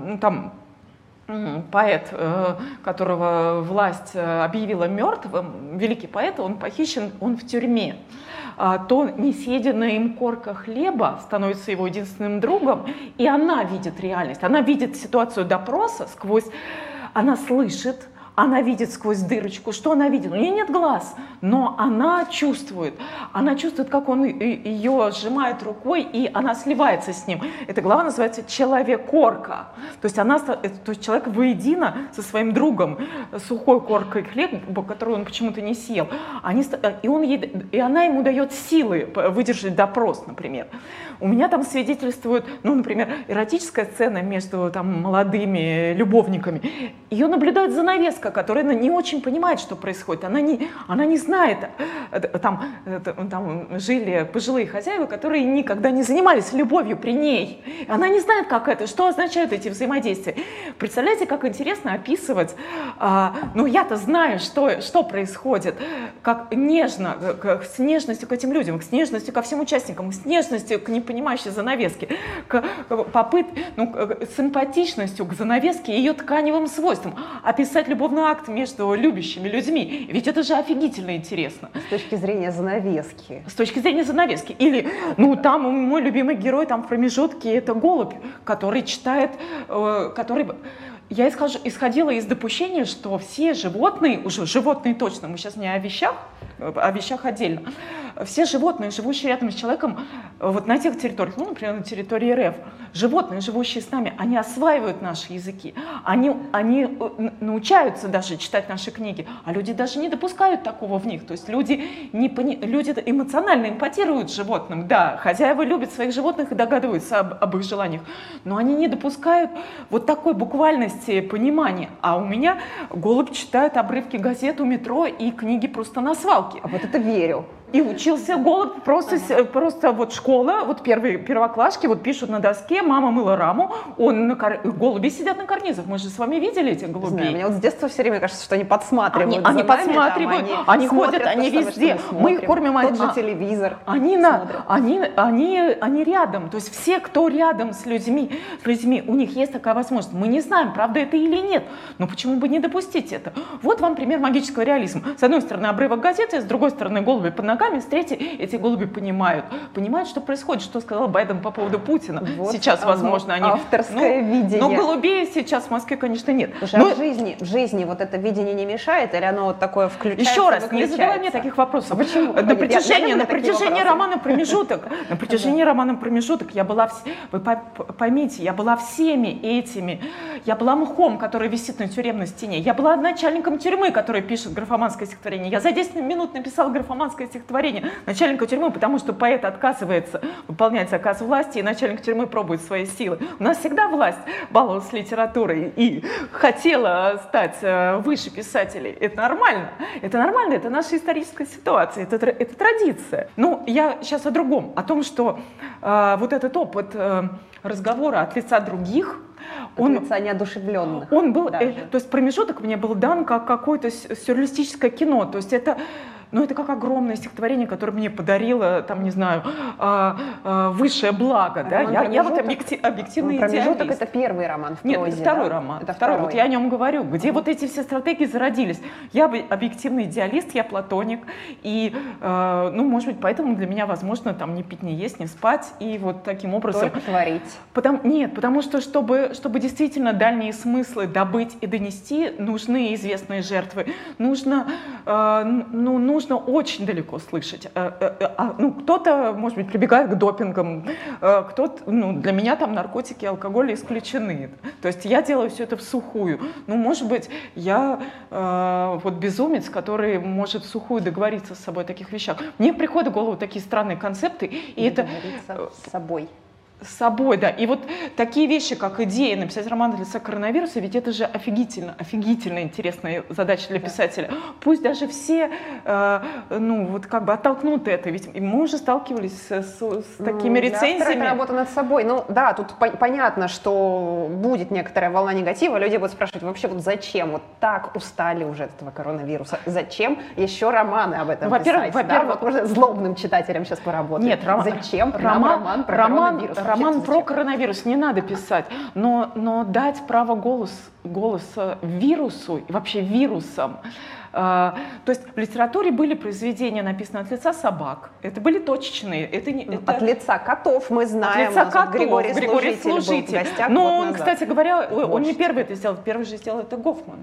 поэт, которого власть объявила мертвым, великий поэт, он похищен, он в тюрьме, то несъеденная им корка хлеба становится его единственным другом, и она видит реальность, она видит ситуацию допроса она слышит, она видит сквозь дырочку. Что она видит? У нее нет глаз, но она чувствует. Она чувствует, как он ее сжимает рукой, и она сливается с ним. Эта глава называется «Человек-корка». То есть человек воедино со своим другом, сухой коркой хлеба, которую он почему-то не съел. И она ему дает силы выдержать допрос, например. У меня там свидетельствует, например, эротическая сцена между молодыми любовниками. Ее наблюдает занавеска, которая не очень понимает, что происходит. Она не знает. Там жили пожилые хозяева, которые никогда не занимались любовью при ней. Она не знает, как это, что означают эти взаимодействия. Представляете, как интересно описывать. Я-то знаю, что происходит. Как нежно, с нежностью к этим людям, с нежностью ко всем участникам, с нежностью к непонимающей занавеске, с эмпатичностью к занавеске и ее тканевым свойствам. Описать любовный акт между любящими людьми. Ведь это же офигительно интересно. С точки зрения занавески. С точки зрения занавески. Или, там мой любимый герой в «Промежутке» — это голубь, который читает, Я исходила из допущения, что все животные, уже животные точно, мы сейчас не о вещах отдельно, все животные, живущие рядом с человеком, вот на тех территориях, ну, например, на территории РФ, животные, живущие с нами, они осваивают наши языки, они научаются даже читать наши книги, а люди даже не допускают такого в них. То есть люди эмоционально эмпатируют животным, да, хозяева любят своих животных и догадываются об их желаниях, но они не допускают вот такой буквальности понимания. А у меня голубь читает обрывки газет у метро и книги просто на свалке. А вот это верю. И учился голубь просто вот школа, вот первоклашки вот пишут на доске, мама мыла раму, голуби сидят на карнизах, мы же с вами видели этих голубей. Знаю, мне вот с детства все время кажется, что они подсматривают. Они подсматривают, они ходят, они везде, мы их кормим. Тот же телевизор. Они рядом, то есть все, кто рядом с людьми, у них есть такая возможность. Мы не знаем, правда это или нет, но почему бы не допустить это? Вот вам пример магического реализма. С одной стороны обрывок газеты, с другой стороны голуби под ногами, с третьей эти голуби понимают, что происходит, что сказал Байден по поводу Путина. Вот сейчас, возможно, они... Авторское видение. Но голубей сейчас в Москве, конечно, нет. В жизни вот это видение не мешает, или оно вот такое включается? Еще раз, не задавай мне таких вопросов. Почему? На протяжении романа «Промежуток» я была, вы поймите, я была всеми этими. Я была мхом, который висит на тюремной стене. Я была начальником тюрьмы, который пишет графоманское стихотворение. Я за 10 минут написала графоманское стихотворение начальника тюрьмы, потому что поэт отказывается выполнять заказ власти, и начальник тюрьмы пробует свои силы. У нас всегда власть баловалась литературой и хотела стать выше писателей. Это нормально, это наша историческая ситуация, это традиция. Ну, я сейчас о другом, о том, что вот этот опыт разговора от лица других, лица неодушевленных. Он был, то есть промежуток мне был дан как какое-то сюрреалистическое кино, то есть это как огромное стихотворение, которое мне подарило, там, не знаю, высшее благо. Да? Я вот объективный идеалист. «Промежуток» — это первый роман в прозе. Нет, это второй роман. Это второй. Вот я о нем говорю. Где вот эти все стратегии зародились? Я объективный идеалист, я платоник. И, может быть, поэтому для меня возможно там не пить, не есть, не спать. И вот таким образом... Только творить. Потому что, чтобы действительно дальние смыслы добыть и донести, нужны известные жертвы. Нужно очень далеко слышать. Кто-то, может быть, прибегает к допингам, кто-то, для меня там наркотики, алкоголь исключены. То есть я делаю все это всухую. Может быть, я вот безумец, который может всухую договориться с собой о таких вещах. Мне приходят в голову такие странные концепты. И договориться с собой. С собой, да. И вот такие вещи, как идея написать роман от лица коронавируса, ведь это же офигительно интересная задача для писателя. Пусть даже все, оттолкнут это, ведь мы уже сталкивались с такими рецензиями. Это работа над собой. Тут понятно, что будет некоторая волна негатива, люди будут спрашивать, вообще вот зачем, вот так устали уже от этого коронавируса, зачем еще романы об этом писать? Во-первых, можно злобным читателям сейчас поработать. Нет, зачем роман про коронавирус? Роман про коронавирус не надо писать, но дать право голоса вирусу и вообще вирусам. То есть в литературе были произведения, написанные от лица собак. Это были точечные. От лица котов мы знаем. От лица котов. Григорий Служитель был в гостях. Но, кстати говоря, он не первый это сделал. Первый же сделал это Гофман.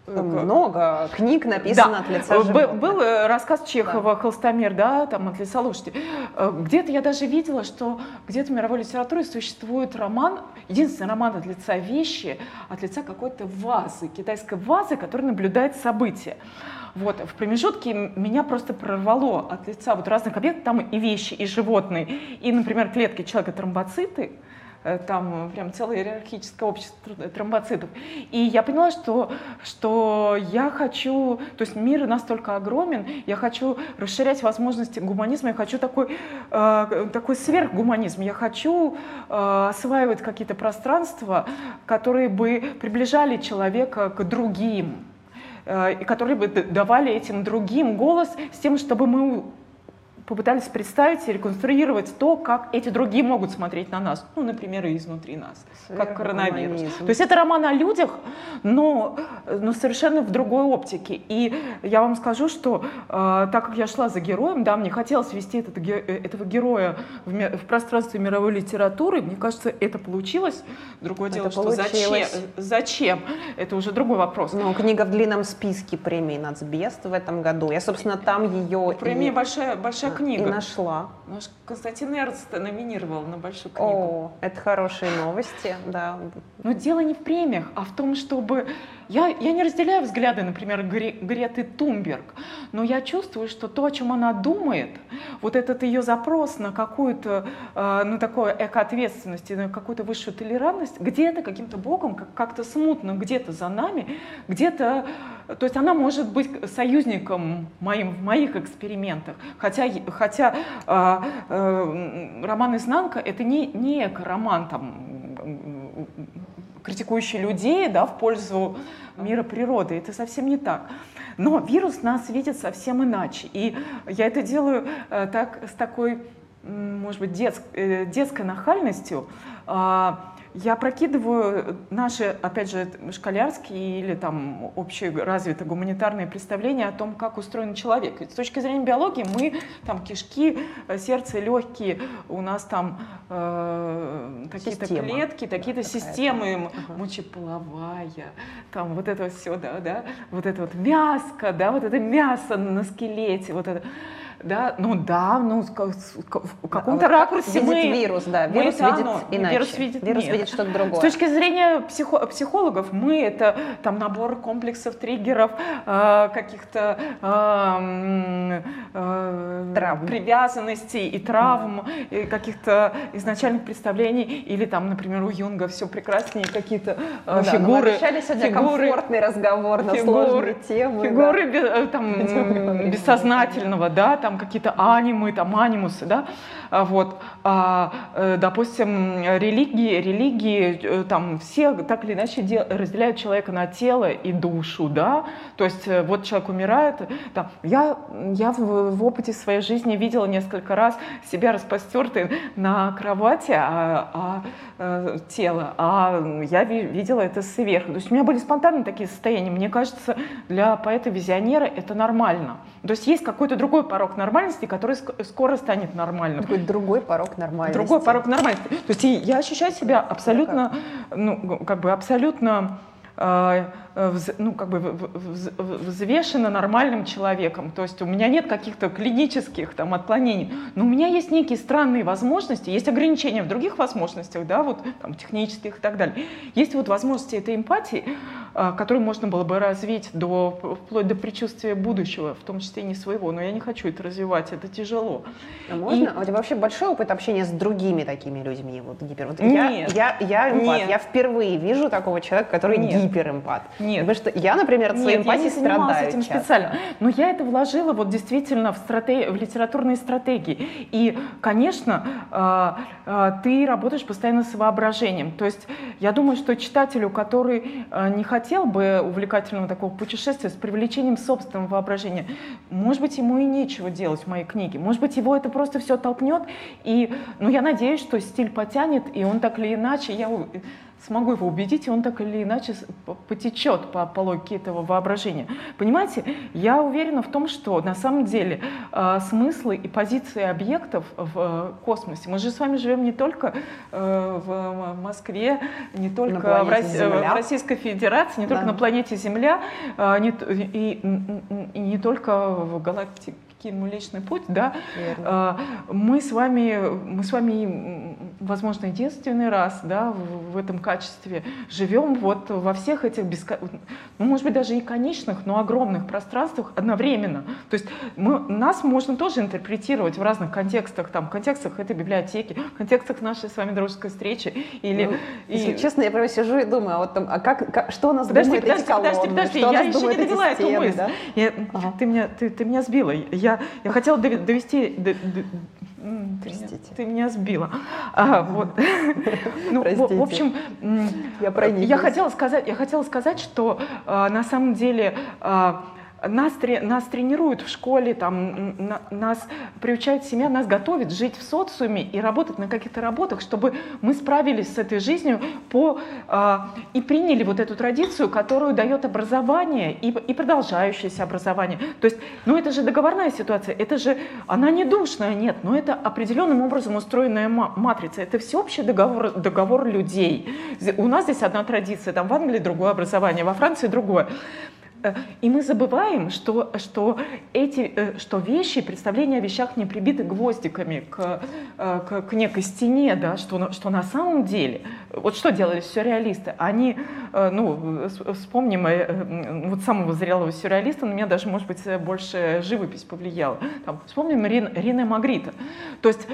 Много книг написано от лица животных. Был рассказ Чехова «Холстомер», да, там от лица лошади. Где-то я даже видела, что где-то в мировой литературе существует роман, единственный роман от лица вещи, от лица какой-то вазы, китайской вазы, которая наблюдает события. Вот, в промежутке меня просто прорвало от лица вот разных объектов, там и вещи, и животные, и, например, клетки человека тромбоциты, там прям целое иерархическое общество тромбоцитов. И я поняла, что я хочу, то есть мир настолько огромен, я хочу расширять возможности гуманизма, я хочу такой сверхгуманизм, я хочу осваивать какие-то пространства, которые бы приближали человека к другим, и которые бы давали этим другим голос с тем, чтобы мы попытались представить и реконструировать то, как эти другие могут смотреть на нас, например, и изнутри нас, как коронавирус. То есть это роман о людях, но совершенно в другой оптике. И я вам скажу, что так как я шла за героем, да, мне хотелось ввести этого героя в пространство мировой литературы, мне кажется, это получилось. Другое дело, что зачем? Это уже другой вопрос. Книга в длинном списке премии «Нацбест» в этом году. Я, собственно, там ее... Премия большая большую книгу. И нашла. Константин Эрнст номинировал на большую книгу. О, это хорошие новости, да. Но дело не в премиях, а в том, чтобы... Я не разделяю взгляды, например, Греты Тунберг, но я чувствую, что то, о чем она думает, вот этот ее запрос на какую-то, ну, такую экоответственность, на какую-то высшую толерантность, где-то каким-то боком, как-то смутно, где-то за нами, где-то... То есть она может быть союзником в моих экспериментах, хотя роман «Изнанка» — это не эко-роман, там, критикующий людей, да, в пользу мира природы. Это совсем не так. Но вирус нас видит совсем иначе. И я это делаю с такой, может быть, детской нахальностью. Я прокидываю наши, опять же, школярские или там общеразвитые гуманитарные представления о том, как устроен человек. Ведь с точки зрения биологии мы там кишки, сердце, легкие, у нас там какие-то клетки, какие-то системы, мочеполовая, там вот это все, да, вот это вот мяско, да, вот это мясо на скелете, вот это. Да, ну, в каком-то ракурсе видит вирус, да, вирус видит иначе. Вирус видит что-то другое. С точки зрения психологов мы это там набор комплексов, триггеров, каких-то привязанностей и травм, и каких-то изначальных представлений, или там, например, у Юнга все прекраснее какие-то фигуры. Мы обещали сегодня комфортный разговор на сложные темы. Фигуры там, бессознательного, да, там какие-то анимы, там анимусы, да, вот, допустим, религии, там все так или иначе разделяют человека на тело и душу, да, то есть вот человек умирает, там, я в опыте своей жизни видела несколько раз себя распростертой на кровати, тело, я видела это сверху, то есть у меня были спонтанные такие состояния, мне кажется, для поэта-визионера это нормально, то есть есть какой-то другой порог нормальности, который скоро станет нормальным. Такой другой порог нормальности. Другой порог нормальности. То есть я ощущаю себя абсолютно, абсолютно взвешенно нормальным человеком. То есть у меня нет каких-то клинических там отклонений, но у меня есть некие странные возможности, есть ограничения в других возможностях, да, вот там технических и так далее. Есть вот возможности этой эмпатии, которую можно было бы развить вплоть до предчувствия будущего, в том числе и не своего, но я не хочу это развивать, это тяжело. А можно? У тебя вообще большой опыт общения с другими такими людьми? Нет. Я эмпат. Я впервые вижу такого человека, который гиперэмпат. Нет. Потому что я, например, от своей эмпатии страдаю этим часто. специально. Но я это вложила вот действительно в литературные стратегии. И, конечно, ты работаешь постоянно с воображением. То есть я думаю, что читателю, который не хотел бы увлекательного такого путешествия с привлечением собственного воображения, может быть, ему и нечего делать в моей книге. Может быть, его это просто все толкнет. И, я надеюсь, что стиль потянет, и он так или иначе, я смогу его убедить, и он так или иначе потечет по логике этого воображения. Понимаете, я уверена в том, что на самом деле смыслы и позиции объектов в космосе, мы же с вами живем не только в Москве, не только в Российской Федерации, не только на планете Земля, и не только в галактике Млечный Путь, да, мы с вами, возможно, единственный раз, да, в этом качестве живем вот во всех этих, может быть, даже и конечных, но огромных пространствах одновременно. То есть нас можно тоже интерпретировать в разных контекстах, там, в контекстах этой библиотеки, в контекстах нашей с вами дружеской встречи. Если честно, я прямо сижу и думаю, что у нас думают эти колонны, подожди, что у я нас еще думают не эти довела эту стены, мысль. да? Ты меня сбила. Я хотела довести... Простите. Ты меня сбила. В общем, я хотела сказать, что на самом деле нас тренируют в школе, там, нас приучает семья, нас готовит жить в социуме и работать на каких-то работах, чтобы мы справились с этой жизнью и приняли вот эту традицию, которую дает образование и продолжающееся образование. То есть, это же договорная ситуация, она не душная, нет, но это определенным образом устроенная матрица, это всеобщий договор людей. У нас здесь одна традиция, там в Англии другое образование, во Франции другое. и мы забываем, что вещи, представления о вещах не прибиты гвоздиками к некой стене, да, что на самом деле, вот что делали сюрреалисты, они, вспомним вот самого зрелого сюрреалиста, на меня даже, может быть, больше живопись повлияла. Там, вспомним Рене Магрита. То есть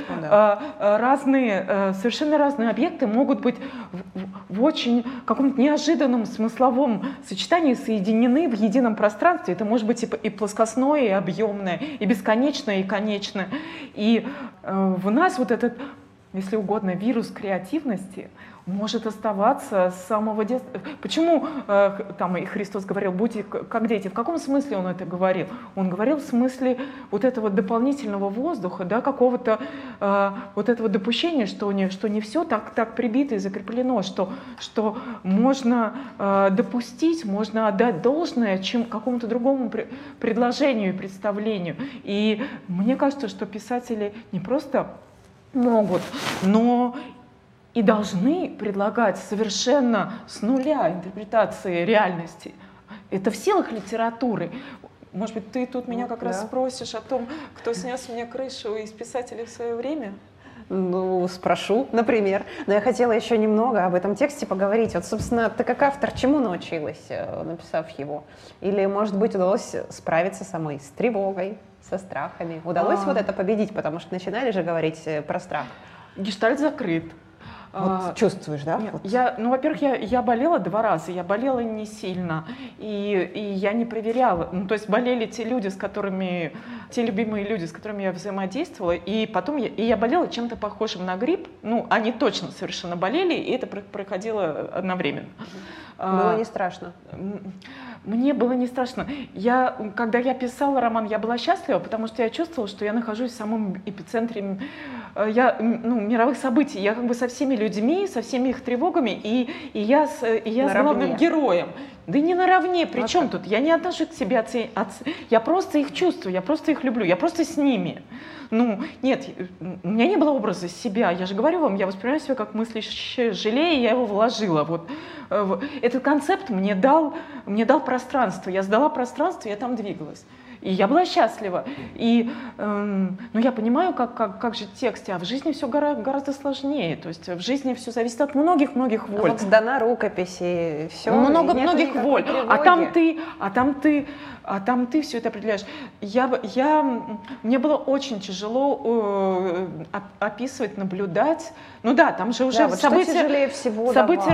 совершенно разные объекты могут быть в очень каком-то неожиданном смысловом сочетании соединены в едином пространстве. Это может быть и плоскостное, и объемное, и бесконечное, и конечное. И в нас вот этот, если угодно, вирус креативности может оставаться с самого детства. Почему там и Христос говорил, будьте как дети? В каком смысле он это говорил? Он говорил в смысле вот этого дополнительного воздуха, да, какого-то вот этого допущения, что не все так прибито и закреплено, что можно допустить, можно отдать должное какому-то другому предложению и представлению. И мне кажется, что писатели не просто могут, но и должны предлагать совершенно с нуля интерпретации реальности. Это в силах литературы. Может быть, ты тут меня как раз спросишь о том, кто снес мне крышу из писателей в свое время? Ну, спрошу, например. Но я хотела еще немного об этом тексте поговорить. Вот, собственно, ты как автор чему научилась, написав его? Или, может быть, удалось справиться самой с тревогой, со страхами? Удалось вот это победить? Потому что начинали же говорить про страх. Гештальт закрыт. Вот чувствуешь, да? Нет, во-первых, я болела 2 раза, я болела не сильно, и я не проверяла. Ну, то есть болели те любимые люди, с которыми я взаимодействовала, и потом я болела чем-то похожим на грипп. Ну, они точно совершенно болели, и это проходило одновременно. Было не страшно? Мне было не страшно. Когда я писала роман, я была счастлива, потому что я чувствовала, что я нахожусь в самом эпицентре мировых событий. Я как бы со всеми людьми, со всеми их тревогами, и я с главным героем. Да не наравне, при чем тут? Я не отношусь к себе я просто их чувствую, я просто их люблю, я просто с ними. Ну, нет, у меня не было образа себя. Я же говорю вам, я воспринимаю себя как мыслящее желе, и я его вложила. Вот. Этот концепт мне дал пространство. Я сдала пространство, я там двигалась. И я была счастлива. И я понимаю, как же в тексте, а в жизни все гораздо сложнее. То есть в жизни все зависит от многих воль. Вот сдана рукопись, и все. Многих воль. А там ты все это определяешь. Мне было очень тяжело описывать, наблюдать. Ну да, там же уже события... Что тяжелее всего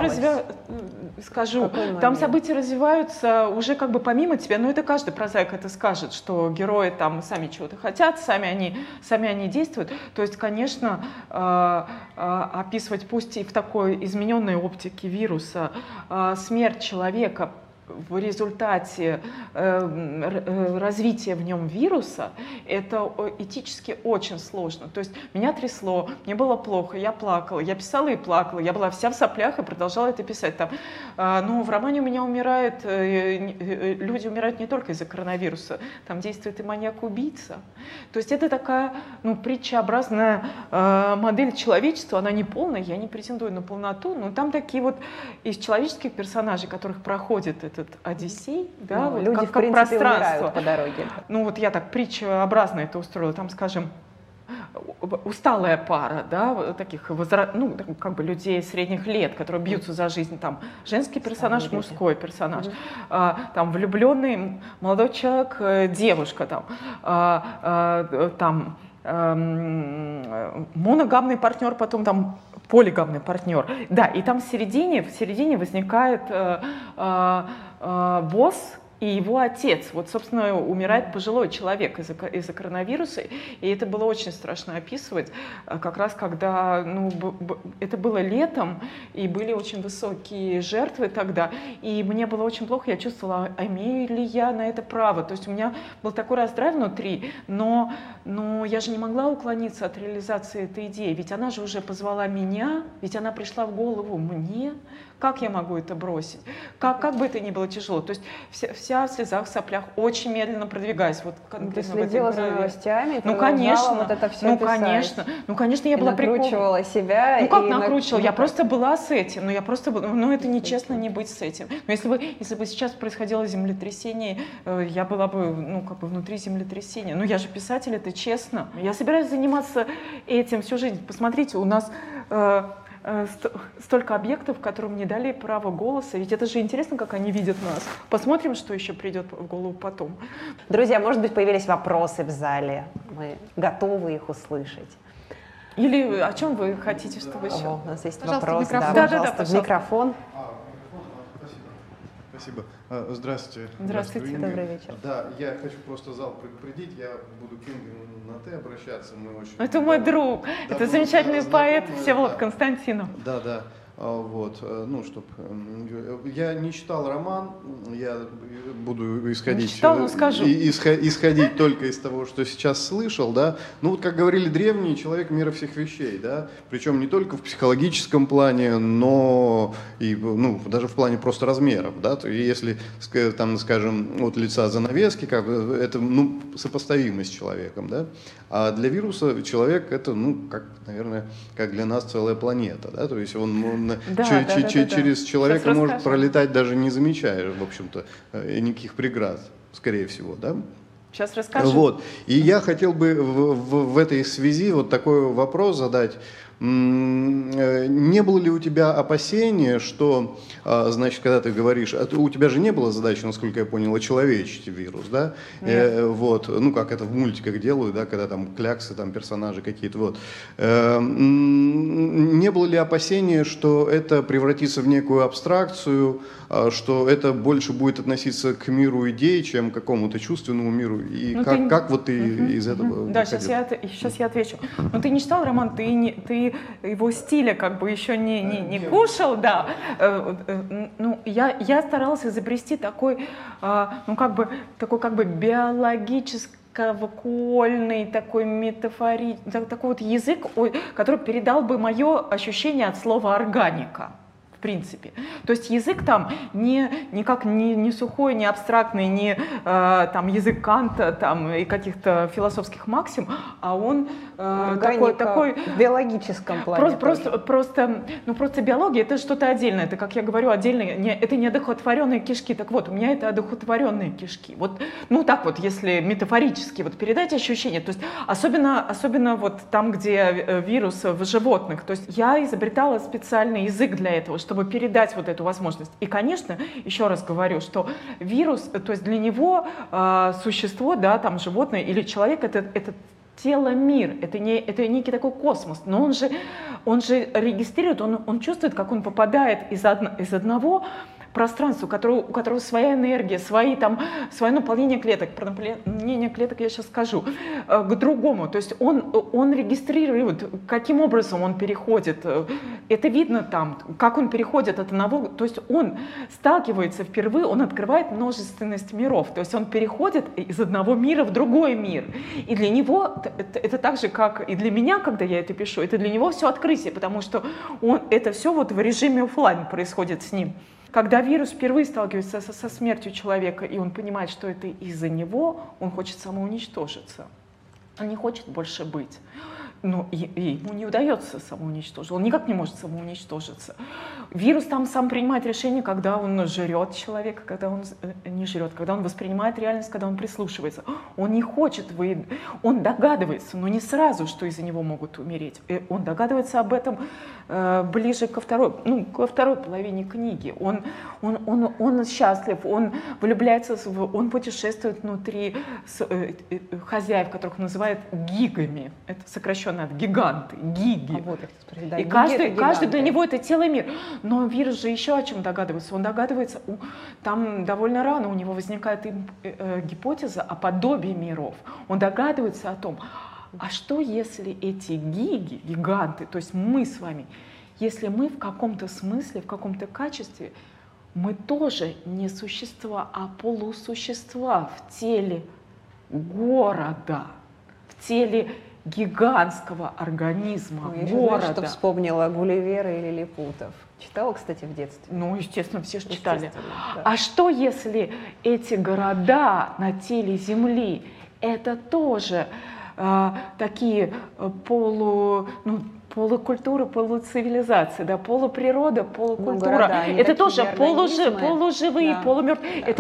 там события развиваются уже как бы помимо тебя, но это каждый прозаик это скажет, что герои там сами чего-то хотят, сами они действуют. То есть, конечно, описывать, пусть и в такой измененной оптике вируса, смерть человека в результате развития в нем вируса, это этически очень сложно. То есть меня трясло, мне было плохо, я плакала, я писала и плакала, я была вся в соплях и продолжала это писать. Но в романе у меня люди умирают не только из-за коронавируса, там действует и маньяк-убийца. То есть это такая притчеобразная модель человечества, она не полная, я не претендую на полноту, но там такие вот из человеческих персонажей, которых проходит этот Одиссей, да, вот люди, как пространство. По дороге. Ну вот я так притчеобразно это устроила, там, скажем, усталая пара, да, таких как бы людей средних лет, которые бьются за жизнь, там женский персонаж, мужской персонаж, там влюбленный молодой человек, девушка, там моногамный партнер, потом там полигамный партнер. Да, и там в середине возникает босс и его отец. Вот, собственно, умирает пожилой человек из-за коронавируса. И это было очень страшно описывать, как раз когда это было летом, и были очень высокие жертвы тогда. И мне было очень плохо, я чувствовала, имею ли я на это право. То есть у меня был такой раздрай внутри, но я же не могла уклониться от реализации этой идеи. Ведь она же уже позвала меня, ведь она пришла в голову мне. Как я могу это бросить? Как бы это ни было тяжело. То есть вся в слезах, в соплях, очень медленно продвигаюсь. Вот ты следила за новостями, ну, конечно, вот это все ну, писать. конечно, я была накручивала себя. Ну, как накручивала? Я просто была с этим, ну, это нечестно не быть с этим. Но если бы сейчас происходило землетрясение, я была бы, ну, как бы внутри землетрясения. Ну, я же писатель, это честно. Я собираюсь заниматься этим всю жизнь. Посмотрите, у нас столько объектов, которым не дали право голоса. Ведь это же интересно, как они видят нас. Посмотрим, что еще придет в голову потом. Друзья, может быть, появились вопросы в зале. Мы готовы их услышать. Или о чем вы хотите, чтобы еще? О, у нас есть пожалуйста, вопрос. микрофон. Да, Да, пожалуйста, микрофон. Спасибо. Здравствуйте. Здравствуйте, Инга. добрый вечер. Да, я хочу просто зал предупредить, я буду к Инге на «ты» обращаться. Мы очень Это мой друг, да, это замечательный поэт знакомы, Всеволод да. Константинов. Да. Вот, ну, я не читал роман, я буду исходить, читал, но скажу. исходить только из того, что сейчас слышал, да. Ну вот, как говорили древние, человек мира всех вещей, да, причем не только в психологическом плане, но и, ну, даже в плане просто размеров, да. То если, там, скажем, от лица занавески, как бы, это, ну, сопоставимо с человеком, да. А для вируса человек это, ну, как, наверное, как для нас целая планета, да, то есть он через человека может пролетать, даже не замечая, в общем-то, никаких преград, скорее всего, да. Сейчас расскажу. Вот. И я хотел бы в этой связи вот такой вопрос задать. Не было ли у тебя опасения, что, значит, когда ты говоришь, у тебя же не было задачи, насколько я понял, очеловечить вирус, да? Вот, ну, как это в мультиках делают, да, когда там кляксы, там персонажи какие-то, вот. Не было ли опасения, что это превратится в некую абстракцию, что это больше будет относиться к миру идей, чем к какому-то чувственному миру? И как вот ты из этого Да, сейчас я отвечу. Но ты не читал роман, ты его стиля как бы еще не кушал, да. Ну, я старалась изобрести такой, ну, как бы биологически-вокуальный, такой метафорический, такой вот язык, который передал бы мое ощущение от слова органика. В принципе. То есть язык там не сухой, не абстрактный, не там язык Канта там, и каких-то философских максим, а он такой в биологическом плане. Просто биология это что-то отдельное. Это, как я говорю, отдельные, это не одухотворенные кишки. Так вот, у меня это одухотворенные кишки. Вот, ну так вот, если метафорически вот передать ощущение, то есть особенно вот там, где вирус в животных. То есть я изобретала специальный язык для этого, чтобы передать вот эту возможность. И, конечно, еще раз говорю, что вирус, то есть для него существо, да, там животное или человек, это тело-мир, это некий такой космос, но он же регистрирует, он чувствует, как он попадает из одного пространства, у которого своя энергия, свое наполнение клеток. Про наполнение клеток я сейчас скажу. К другому. То есть он регистрирует, каким образом он переходит. Это видно там, как он переходит от одного. То есть он сталкивается впервые, он открывает множественность миров. То есть он переходит из одного мира в другой мир. И для него, это так же, как и для меня, когда я это пишу, это для него все открытие, потому что это все вот в режиме офлайн происходит с ним. Когда вирус впервые сталкивается со смертью человека, и он понимает, что это из-за него, он хочет самоуничтожиться. Он не хочет больше быть. Ну, и ему не удается самоуничтожиться. Он никак не может самоуничтожиться. Вирус там сам принимает решение, когда он жрет человека, когда он не жрет, когда он воспринимает реальность, когда он прислушивается. Он не хочет, он догадывается, но не сразу, что из-за него могут умереть. Он догадывается об этом ближе ко второй половине книги. Он счастлив, он влюбляется, он путешествует внутри хозяев, которых называют гигами. Это сокращенно от гиганты, гиги. Вот, да, и каждый для него это целый мир. Но вирус же еще о чем догадывается. Он догадывается, там довольно рано у него возникает гипотеза о подобии миров. Он догадывается о том, а что если эти гиганты, то есть мы с вами, если мы в каком-то смысле, в каком-то качестве, мы тоже не существа, а полусущества в теле города, в теле гигантского организма, Я еще, города. знаешь, что вспомнила Гулливера или Лилипутов. Читала, кстати, в детстве. Ну, естественно, все же читали. Да. А что, если эти города на теле Земли — это тоже такие полукультуры, полуцивилизации, да, полуприрода, полукультура. Города, это тоже организмы. полуживые, Да. полумертвые. Да.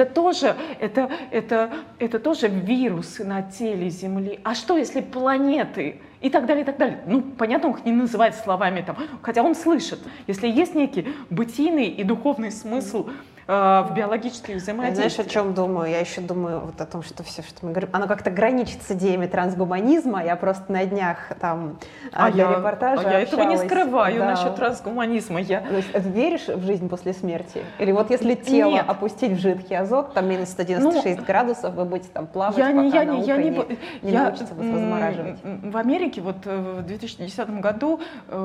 Это тоже вирусы на теле Земли. А что, если планеты? И так далее, и так далее. Ну, понятно, он их не называет словами там, хотя он слышит. Если есть некий бытийный и духовный смысл в биологических взаимодействиях. Знаешь, о чем думаю? Я еще думаю вот о том, что все, что мы говорим, оно как-то граничит с идеями трансгуманизма. Я просто на днях там для репортажа я этого не скрываю да. насчет трансгуманизма. То есть, веришь в жизнь после смерти? Или вот если тело опустить в жидкий азот, там минус 196 градусов, вы будете там плавать, пока наука не научится вас размораживать? В Америке вот в 2010 году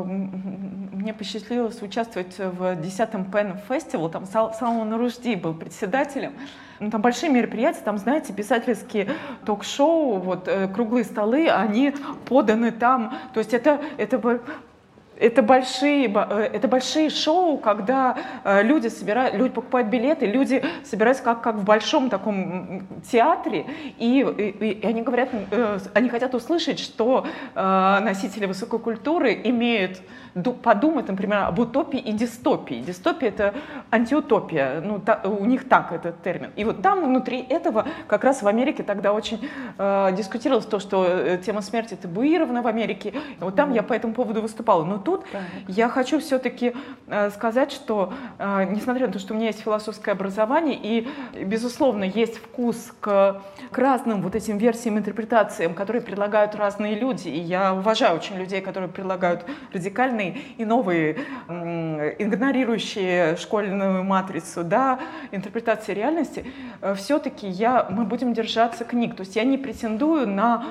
мне посчастливилось участвовать в 10-м Penn Festival, там Салман Рушди был председателем. Там большие мероприятия, там, знаете, писательские ток-шоу, вот круглые столы, они поданы там. То есть это большие шоу, когда люди покупают билеты, люди собираются как в большом таком театре, и они говорят, они хотят услышать, что носители высокой культуры имеют подумать, например, об утопии и дистопии. Дистопия — это антиутопия, у них так этот термин. И вот там внутри этого как раз в Америке тогда очень дискутировалось то, что тема смерти табуирована в Америке. Вот там я по этому поводу выступала. Но тут я хочу все-таки сказать, что несмотря на то, что у меня есть философское образование и, безусловно, есть вкус к разным вот этим версиям, интерпретациям, которые предлагают разные люди, и я уважаю очень людей, которые предлагают радикальные и новые, игнорирующие школьную матрицу, да, интерпретации реальности, все-таки мы будем держаться книг. То есть я не претендую на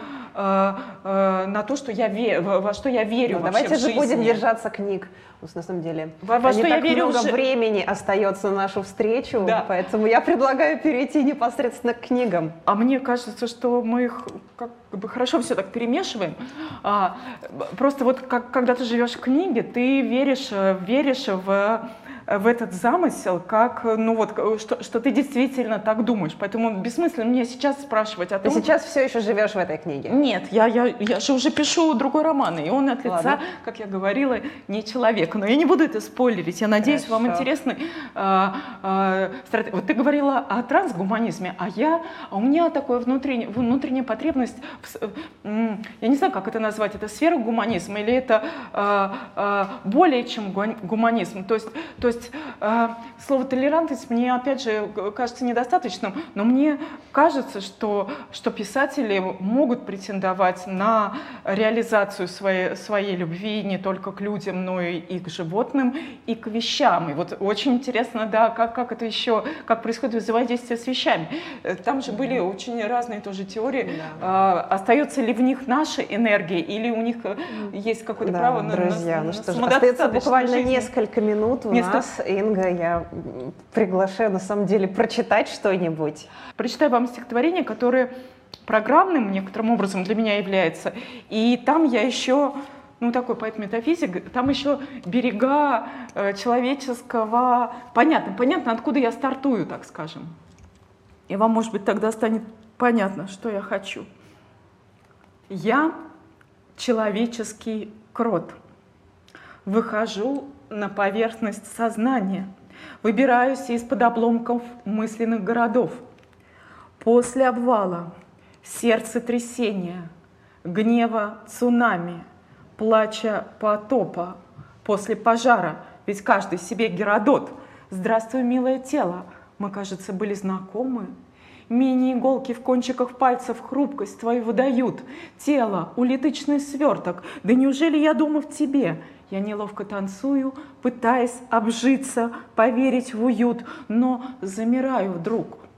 то, что во что я верю вообще давайте в жизни. же будем держаться книг. На самом деле, во что я верю много времени остается на нашу встречу, да. Поэтому я предлагаю перейти непосредственно к книгам. А мне кажется, что мы их как бы хорошо все так перемешиваем. Просто вот когда ты живешь в книге, ты веришь в этот замысел, как, что ты действительно так думаешь. Поэтому бессмысленно мне сейчас спрашивать о том... Ты сейчас все еще живешь в этой книге? Нет, я же уже пишу другой роман, и он от лица, Ладно. как я говорила, не человека. Но я не буду это спойлерить. Я надеюсь, Хорошо. вам интересны стратегии. Вот ты говорила о трансгуманизме, а у меня такая внутренняя потребность, я не знаю, как это назвать, это сферогуманизм или это более чем гуманизм. То есть слово толерантность мне, опять же, кажется недостаточным, но мне кажется, что писатели могут претендовать на реализацию своей любви не только к людям, но и к животным, и к вещам. И вот очень интересно, да, как это еще, как происходит взаимодействие с вещами. Там же были очень разные тоже теории. Да. Остается ли в них наша энергия, или у них есть какое-то право друзья, на что же, остается буквально жизнь. Несколько минут у нас. Инга, я приглашаю, на самом деле, прочитать что-нибудь. Прочитаю вам стихотворение, которое программным некоторым образом для меня является. И там я еще, такой поэт-метафизик, там еще берега человеческого... Понятно, откуда я стартую, так скажем. И вам, может быть, тогда станет понятно, что я хочу. Я человеческий крот. Выхожу на поверхность сознания, выбираюсь из-под обломков мысленных городов. После обвала, сердцетрясения, гнева цунами, плача потопа, после пожара, ведь каждый себе Геродот. Здравствуй, милое тело, мы, кажется, были знакомы. Мини-иголки в кончиках пальцев хрупкость твою выдают. Тело, улиточный сверток, да неужели я думаю в тебе? Я неловко танцую, пытаясь обжиться, поверить в уют, но замираю вдруг,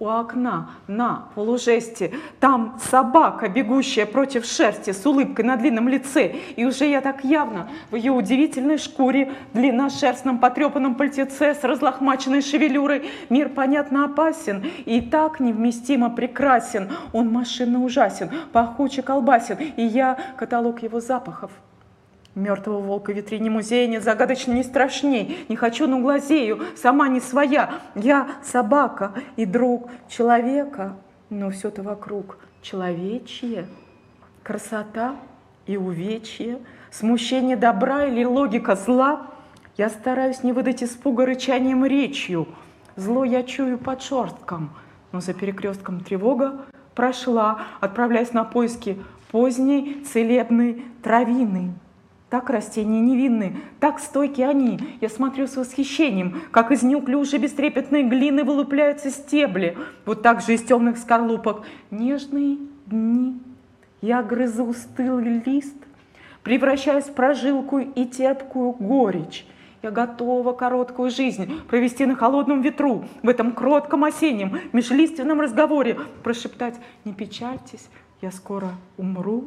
у окна на полужесте. Там собака, бегущая против шерсти, с улыбкой на длинном лице. И уже я так явно в ее удивительной шкуре, длинношерстном потрепанном пальтеце с разлохмаченной шевелюрой. Мир, понятно, опасен и так невместимо прекрасен. Он машинно ужасен, пахуче колбасен. И я каталог его запахов. Мертвого волка в витрине музея не загадочно, не страшней. Не хочу, но глазею, сама не своя. Я собака и друг человека, но все-то вокруг человечье. Красота и увечье, смущение добра или логика зла. Я стараюсь не выдать испуга рычанием речью. Зло я чую под шерстком, но за перекрестком тревога прошла, отправляясь на поиски поздней целебной травины. Так растения невинны, так стойки они. Я смотрю с восхищением, как из неуклюжей бестрепетной глины вылупляются стебли. Вот так же из темных скорлупок нежные дни. Я грызу стылый лист, превращаюсь в прожилку и терпкую горечь. Я готова короткую жизнь провести на холодном ветру, в этом кротком осеннем межлиственном разговоре, прошептать: не печальтесь, я скоро умру.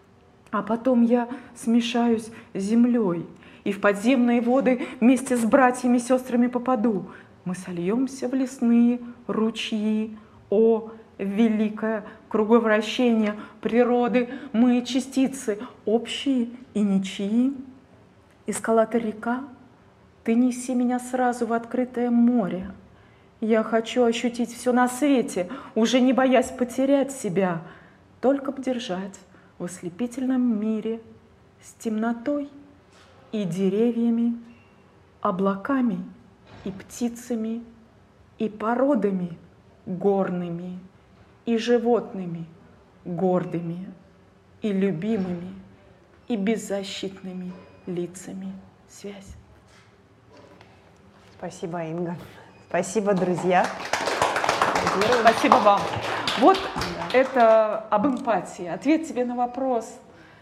А потом я смешаюсь с землей и в подземные воды вместе с братьями и сестрами попаду. Мы сольемся в лесные ручьи. О, великое круговращение природы! Мы частицы, общие и ничьи. Эскалатор река, ты неси меня сразу в открытое море. Я хочу ощутить все на свете, уже не боясь потерять себя, только б держать в ослепительном мире с темнотой и деревьями, облаками и птицами, и породами горными, и животными гордыми, и любимыми, и беззащитными лицами связь. Спасибо, Инга. Спасибо, друзья. Спасибо вам. Вот это об эмпатии. Ответ тебе на вопрос,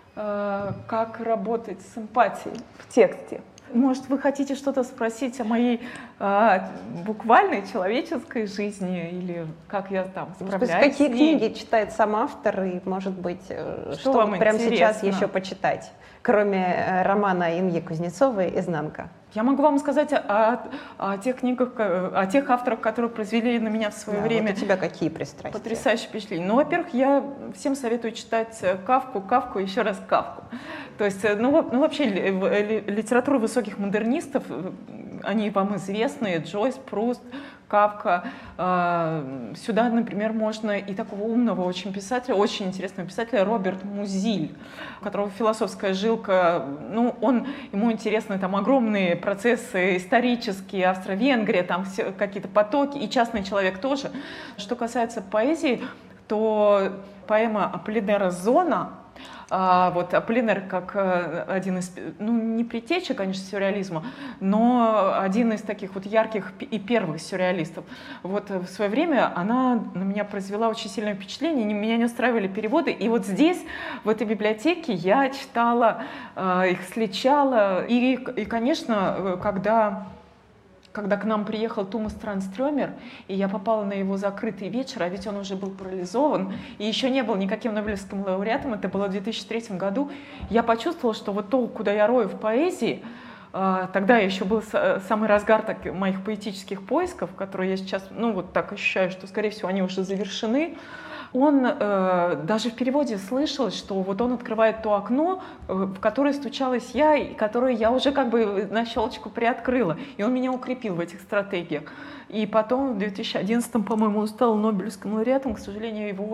как работать с эмпатией в тексте. Может, вы хотите что-то спросить о моей буквальной человеческой жизни или как я там справляюсь? Какие книги читает сам автор и, может быть, что вам прямо сейчас интересно? еще почитать, кроме романа Инги Кузнецовой «Изнанка»? Я могу вам сказать о тех книгах, о тех авторах, которые произвели на меня в свое время. Вот у тебя какие пристрастия? Потрясающее впечатление. Ну, во-первых, я всем советую читать Кафку, еще раз Кафку. То есть, вообще, литература высоких модернистов, они вам известны, Джойс, Пруст, Кафка. Сюда, например, можно и такого умного очень писателя, очень интересного писателя Роберт Музиль, у которого философская жилка, ему интересны там огромные процессы исторические, Австро-Венгрия, там все какие-то потоки, и частный человек тоже. Что касается поэзии, то поэма Аполлинера «Зона», вот Аполлинер как один из, не предтеча, конечно, сюрреализма, но один из таких вот ярких и первых сюрреалистов. Вот в свое время она на меня произвела очень сильное впечатление, меня не устраивали переводы, и вот здесь, в этой библиотеке, я читала, их сличала, и конечно, когда к нам приехал Тумас Транстрёмер, и я попала на его закрытый вечер, а ведь он уже был парализован, и еще не был никаким Нобелевским лауреатом, это было в 2003 году, я почувствовала, что вот то, куда я рою в поэзии, тогда еще был самый разгар моих поэтических поисков, которые я сейчас, так ощущаю, что, скорее всего, они уже завершены. Он даже в переводе слышал, что вот он открывает то окно, в которое стучалась я, и которое я уже как бы на щелочку приоткрыла. И он меня укрепил в этих стратегиях. И потом в 2011, по-моему, он стал Нобелевским лауреатом. К сожалению, его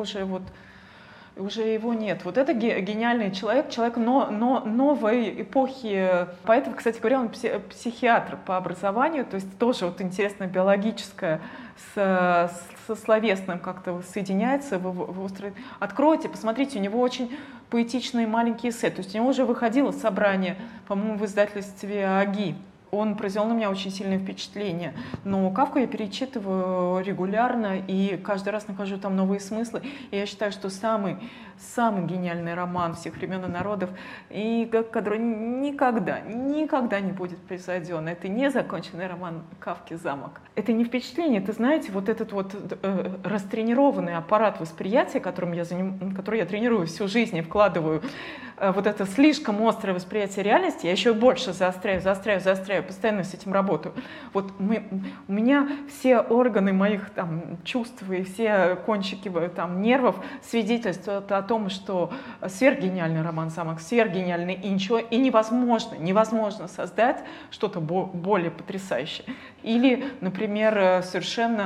уже его нет. Вот это гениальный человек новой эпохи поэтов. Кстати говоря, он психиатр по образованию, то есть тоже вот интересно биологическое со словесным как-то соединяется. Откройте, посмотрите, у него очень поэтичные маленькие эссе. То есть у него уже выходило собрание, по-моему, в издательстве «Аги». он произвел на меня очень сильное впечатление. Но Кафку я перечитываю регулярно и каждый раз нахожу там новые смыслы. И я считаю, что самый гениальный роман всех времен и народов, и который никогда не будет превзойден. Это незаконченный роман Кафки «Замок». Это не впечатление, это, знаете, вот этот вот растренированный аппарат восприятия, который я тренирую всю жизнь и вкладываю вот это слишком острое восприятие реальности, я еще больше заостряю, постоянно с этим работаю. Вот у меня все органы моих там чувств и все кончики там нервов свидетельствуют о том, что сверхгениальный роман «Замок», сверхгениальный, и невозможно создать что-то более потрясающее. Или, например, совершенно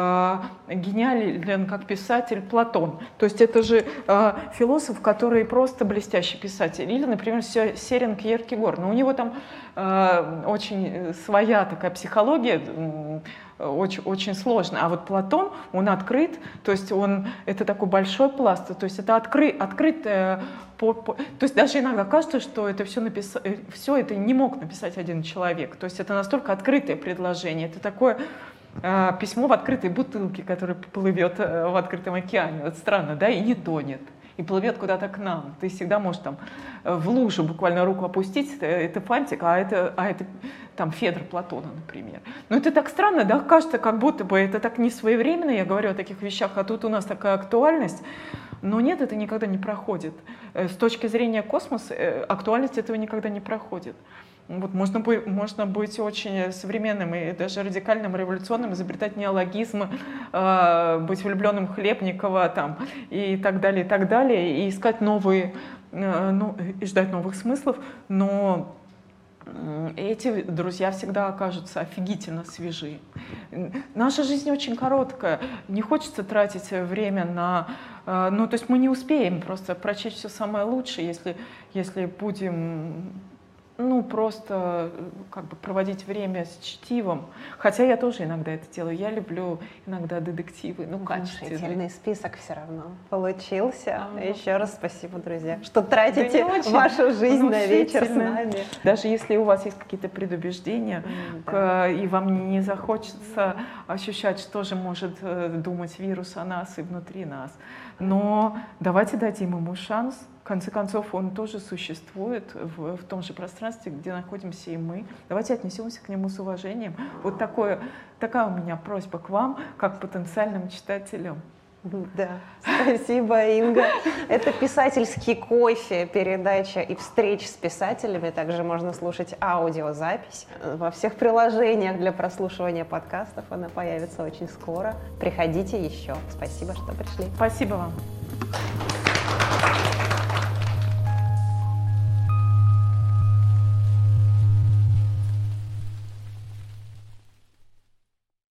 гениален как писатель Платон. То есть это же философ, который просто блестящий писатель. Или, например, Сёрен Кьеркегор. Но у него там очень своя такая психология, очень сложно. А вот Платон, он открыт, то есть это такой большой пласт, то есть это открытое. То есть даже иногда кажется, что это все это не мог написать один человек. То есть это настолько открытое предложение. Это такое письмо в открытой бутылке, которое плывет в открытом океане. Вот странно, да, и не тонет. И плывет куда-то к нам. Ты всегда можешь там в лужу буквально руку опустить, это фантик, а это там Федор Платона, например. Но это так странно, да, кажется, как будто бы это так не своевременно, я говорю о таких вещах, а тут у нас такая актуальность. Но нет, это никогда не проходит. С точки зрения космоса актуальность этого никогда не проходит. Вот можно быть очень современным и даже радикальным, революционным, изобретать неологизмы, быть влюбленным в Хлебникова там, и так далее, и искать новые, и ждать новых смыслов, но эти друзья всегда окажутся офигительно свежи. Наша жизнь очень короткая, не хочется тратить время на... то есть мы не успеем просто прочесть все самое лучшее, если будем... просто как бы проводить время с чтивом. Хотя я тоже иногда это делаю. Я люблю иногда детективы, качественные. Внушительный список все равно получился. Еще раз спасибо, друзья, что тратите вашу жизнь на вечер с нами. Даже если у вас есть какие-то предубеждения, и вам не захочется ощущать, что же может думать вирус о нас и внутри нас. Но давайте дадим ему шанс. В конце концов, он тоже существует в том же пространстве, где находимся и мы. Давайте отнесемся к нему с уважением. Вот такая у меня просьба к вам, как потенциальным читателям. Да, спасибо, Инга. Это «Писательский кофе», передача и встреч с писателями. Также можно слушать аудиозапись во всех приложениях для прослушивания подкастов. Она появится очень скоро. Приходите еще. Спасибо, что пришли. Спасибо вам.